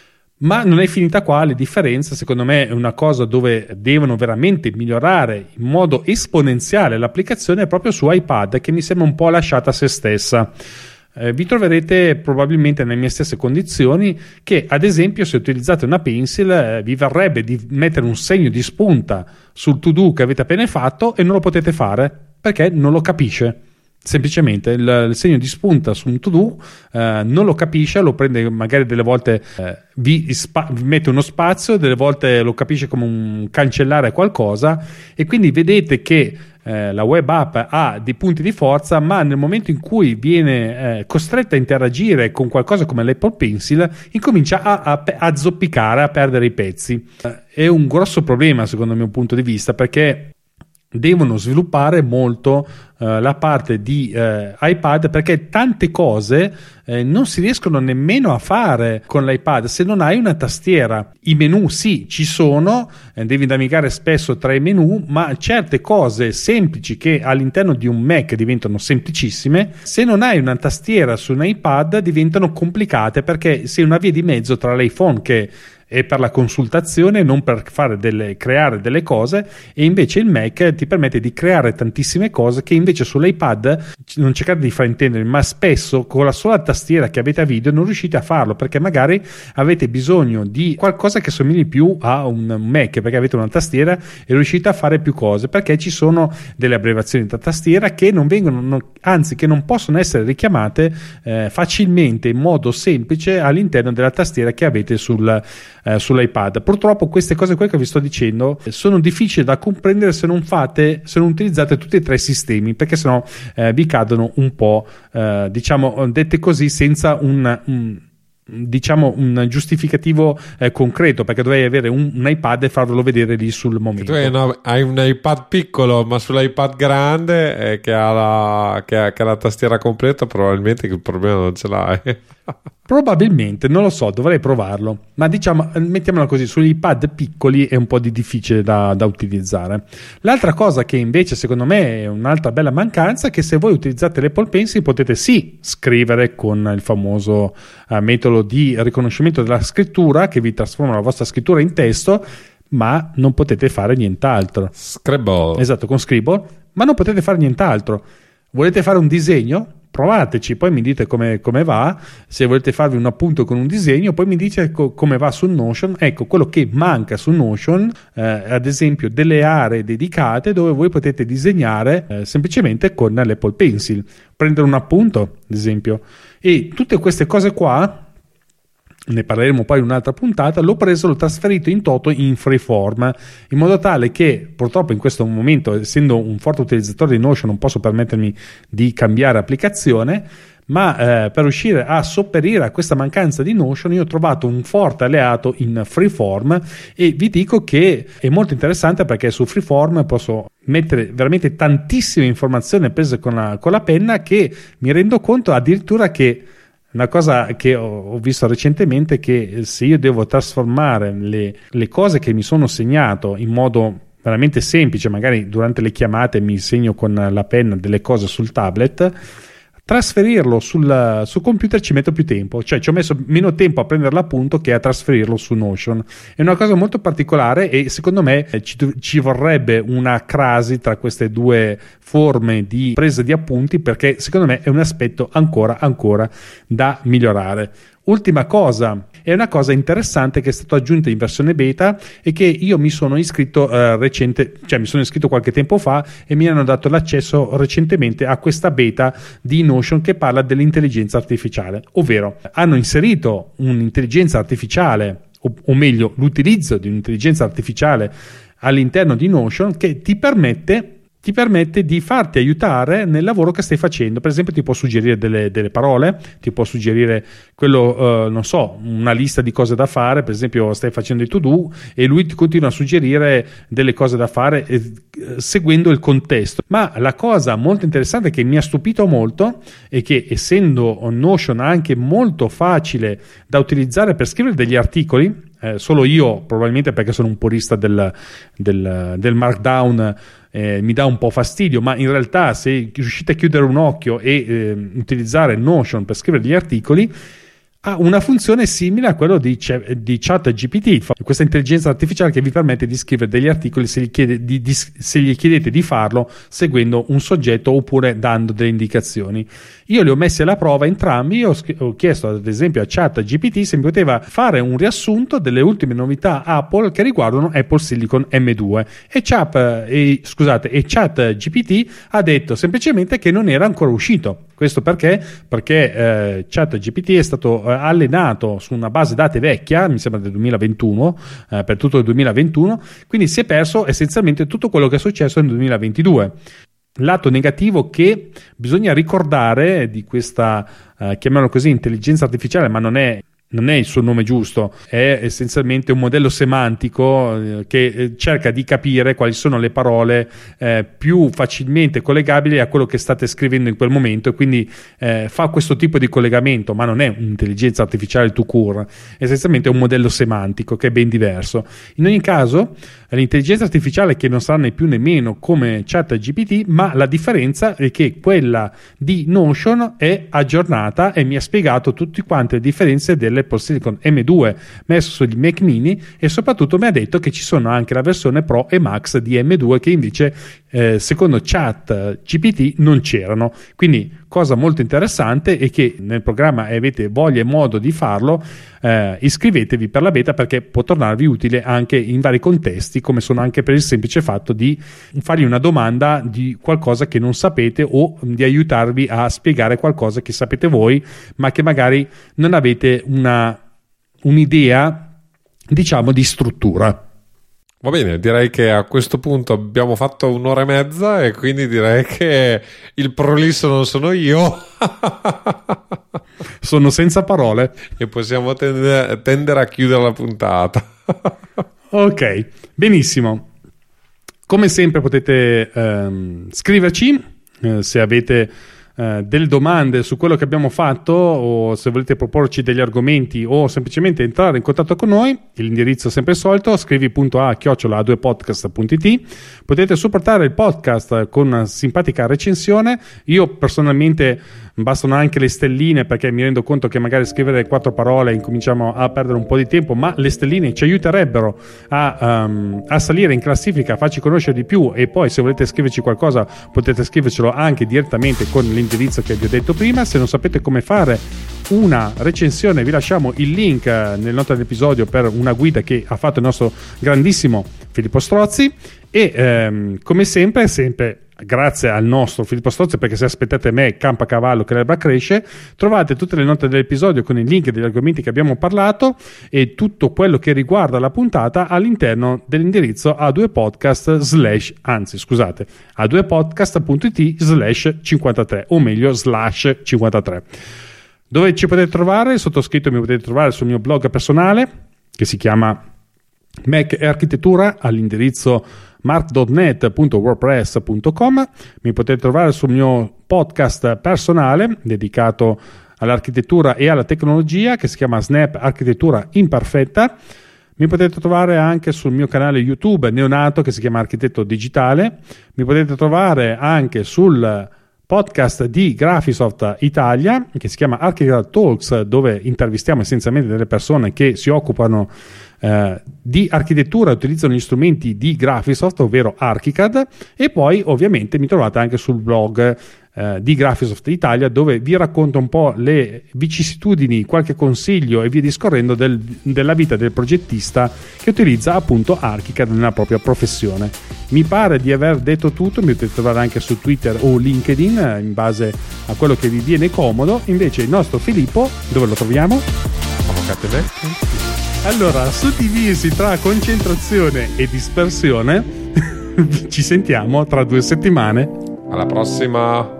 Ma non è finita qua, le differenze secondo me è una cosa dove devono veramente migliorare in modo esponenziale l'applicazione, è proprio su iPad, che mi sembra un po' lasciata a se stessa. Eh, vi troverete probabilmente nelle mie stesse condizioni, che ad esempio se utilizzate una pencil eh, vi verrebbe di mettere un segno di spunta sul to do che avete appena fatto e non lo potete fare perché non lo capisce. Semplicemente il, il segno di spunta su un to do eh, non lo capisce, lo prende magari delle volte eh, vi, spa, vi mette uno spazio, delle volte lo capisce come un cancellare qualcosa, e quindi vedete che eh, la web app ha dei punti di forza, ma nel momento in cui viene eh, costretta a interagire con qualcosa come l'Apple Pencil incomincia a, a, a zoppicare, a perdere i pezzi. Eh, è un grosso problema secondo il mio punto di vista, perché devono sviluppare molto eh, la parte di eh, iPad, perché tante cose eh, non si riescono nemmeno a fare con l'iPad se non hai una tastiera. I menu sì, ci sono, eh, devi navigare spesso tra i menu, ma certe cose semplici che all'interno di un Mac diventano semplicissime, se non hai una tastiera su un iPad diventano complicate, perché sei una via di mezzo tra l'iPhone, che è per la consultazione, non per fare delle, creare delle cose, e invece il Mac ti permette di creare tantissime cose che invece sull'iPad, non cercate di fraintendere, ma spesso con la sola tastiera che avete a video non riuscite a farlo, perché magari avete bisogno di qualcosa che somigli più a un Mac, perché avete una tastiera e riuscite a fare più cose, perché ci sono delle abbreviazioni da tastiera che non vengono, non, anzi che non possono essere richiamate eh, facilmente in modo semplice all'interno della tastiera che avete sul Eh, sull'iPad. Purtroppo queste cose qui che vi sto dicendo sono difficili da comprendere se non fate, se non utilizzate tutti e tre i sistemi, perché sennò eh, vi cadono un po', eh, diciamo, dette così, senza un, un diciamo un giustificativo eh, concreto, perché dovrei avere un, un iPad e farvelo vedere lì sul momento.
Tu hai, una, hai un iPad piccolo, ma sull'iPad grande eh, che, ha la, che, ha, che ha la tastiera completa, probabilmente il problema non ce l'hai.
Probabilmente, non lo so, dovrei provarlo, ma diciamo, mettiamola così, sugli iPad piccoli è un po' di difficile da, da utilizzare. L'altra cosa che invece secondo me è un'altra bella mancanza è che se voi utilizzate l'Apple Pencil potete sì scrivere con il famoso uh, metodo di riconoscimento della scrittura che vi trasforma la vostra scrittura in testo, ma non potete fare nient'altro.
Scribble.
Esatto, con Scribble, ma non potete fare nient'altro. Volete fare un disegno? Provateci, poi mi dite come, come va. Se volete farvi un appunto con un disegno, poi mi dite co- come va su Notion. Ecco, quello che manca su Notion, eh, ad esempio delle aree dedicate dove voi potete disegnare eh, semplicemente con l'Apple Pencil, prendere un appunto ad esempio, e tutte queste cose qua ne parleremo poi in un'altra puntata. L'ho preso, l'ho trasferito in toto in freeform, in modo tale che purtroppo in questo momento, essendo un forte utilizzatore di Notion, non posso permettermi di cambiare applicazione, ma eh, per riuscire a sopperire a questa mancanza di Notion io ho trovato un forte alleato in Freeform, e vi dico che è molto interessante perché su Freeform posso mettere veramente tantissime informazioni prese con la, con la penna, che mi rendo conto addirittura che una cosa che ho visto recentemente, che se io devo trasformare le, le cose che mi sono segnato in modo veramente semplice, magari durante le chiamate mi segno con la penna delle cose sul tablet, trasferirlo sul, sul computer ci metto più tempo, cioè ci ho messo meno tempo a prendere l'appunto che a trasferirlo su Notion. È una cosa molto particolare e secondo me ci, ci vorrebbe una crasi tra queste due forme di presa di appunti, perché secondo me è un aspetto ancora ancora da migliorare. Ultima cosa, è una cosa interessante che è stata aggiunta in versione beta e che io mi sono iscritto eh, recente, cioè mi sono iscritto qualche tempo fa e mi hanno dato l'accesso recentemente a questa beta di Notion che parla dell'intelligenza artificiale, ovvero hanno inserito un'intelligenza artificiale, o, o meglio l'utilizzo di un'intelligenza artificiale all'interno di Notion che ti permette ti permette di farti aiutare nel lavoro che stai facendo. Per esempio ti può suggerire delle, delle parole, ti può suggerire quello, eh, non so, una lista di cose da fare. Per esempio stai facendo i to do e lui ti continua a suggerire delle cose da fare eh, seguendo il contesto. Ma la cosa molto interessante che mi ha stupito molto è che, essendo Notion anche molto facile da utilizzare per scrivere degli articoli, Eh, solo io, probabilmente perché sono un purista del, del, del markdown, eh, mi dà un po' fastidio, ma in realtà se riuscite a chiudere un occhio e eh, utilizzare Notion per scrivere degli articoli, ha una funzione simile a quello di, di ChatGPT, questa intelligenza artificiale che vi permette di scrivere degli articoli se gli, chiede, di, di, se gli chiedete di farlo seguendo un soggetto oppure dando delle indicazioni. Io li ho messi alla prova entrambi. Io ho chiesto ad esempio a ChatGPT se mi poteva fare un riassunto delle ultime novità Apple che riguardano Apple Silicon M due e, Chat, e, scusate, e ChatGPT ha detto semplicemente che non era ancora uscito. Questo perché? Perché eh, ChatGPT è stato eh, allenato su una base dati vecchia, mi sembra del duemilaventuno, eh, per tutto il duemilaventuno, quindi si è perso essenzialmente tutto quello che è successo nel duemilaventidue. Lato negativo che bisogna ricordare di questa, eh, chiamiamola così, intelligenza artificiale, ma non è non è il suo nome giusto, è essenzialmente un modello semantico eh, che eh, cerca di capire quali sono le parole eh, più facilmente collegabili a quello che state scrivendo in quel momento, e quindi eh, fa questo tipo di collegamento, ma non è un'intelligenza artificiale tout court, è essenzialmente un modello semantico che è ben diverso. In ogni caso l'intelligenza artificiale che non sarà né più né meno come ChatGPT, ma la differenza è che quella di Notion è aggiornata e mi ha spiegato tutte quante le differenze dell'Apple Silicon M due messo sugli Mac mini, e soprattutto mi ha detto che ci sono anche la versione Pro e Max di M due che invece eh, secondo ChatGPT non c'erano. Quindi cosa molto interessante è che nel programma avete voglia e modo di farlo, eh, iscrivetevi per la beta perché può tornarvi utile anche in vari contesti, come sono anche per il semplice fatto di fargli una domanda di qualcosa che non sapete o di aiutarvi a spiegare qualcosa che sapete voi ma che magari non avete una un'idea, diciamo, di struttura.
Va bene, direi che a questo punto abbiamo fatto un'ora e mezza e quindi direi che il prolisso non sono io.
Sono senza parole.
E possiamo tendere, tendere a chiudere la puntata.
Ok, benissimo. Come sempre potete ehm, scriverci eh, se avete eh, delle domande su quello che abbiamo fatto, o se volete proporci degli argomenti o semplicemente entrare in contatto con noi. L'indirizzo è sempre il solito: scrivi.a chiocciola a due podcast punto it. Potete supportare il podcast con una simpatica recensione. Io personalmente bastano anche le stelline, perché mi rendo conto che magari scrivere quattro parole incominciamo a perdere un po' di tempo, ma le stelline ci aiuterebbero a, um, a salire in classifica, a farci conoscere di più. E poi se volete scriverci qualcosa potete scrivercelo anche direttamente con l'indirizzo che vi ho detto prima. Se non sapete come fare una recensione vi lasciamo il link nel nota dell'episodio per una guida che ha fatto il nostro grandissimo Filippo Strozzi. E ehm, come sempre sempre grazie al nostro Filippo Strozzi, perché se aspettate me campa cavallo che l'erba cresce. Trovate tutte le note dell'episodio con i link degli argomenti che abbiamo parlato e tutto quello che riguarda la puntata all'interno dell'indirizzo a due podcast slash anzi scusate a due podcast.it slash cinquantatré o meglio slash cinquantatré. Dove ci potete trovare? Il sottoscritto mi potete trovare sul mio blog personale che si chiama Mac e Architettura all'indirizzo mark punto net punto wordpress punto com. Mi potete trovare sul mio podcast personale dedicato all'architettura e alla tecnologia che si chiama Snap Architettura Imperfetta. Mi potete trovare anche sul mio canale YouTube neonato che si chiama Architetto Digitale. Mi potete trovare anche sul podcast di Graphisoft Italia che si chiama Architect Talks, dove intervistiamo essenzialmente delle persone che si occupano eh, di architettura e utilizzano gli strumenti di Graphisoft, ovvero Archicad. E poi ovviamente mi trovate anche sul blog eh, di Graphisoft Italia, dove vi racconto un po' le vicissitudini, qualche consiglio e via discorrendo del, della vita del progettista che utilizza appunto Archicad nella propria professione. Mi pare di aver detto tutto. Mi potete trovare anche su Twitter o LinkedIn in base a quello che vi viene comodo. Invece il nostro Filippo dove lo troviamo? Allora, suddivisi tra concentrazione e dispersione ci sentiamo tra due settimane.
Alla prossima.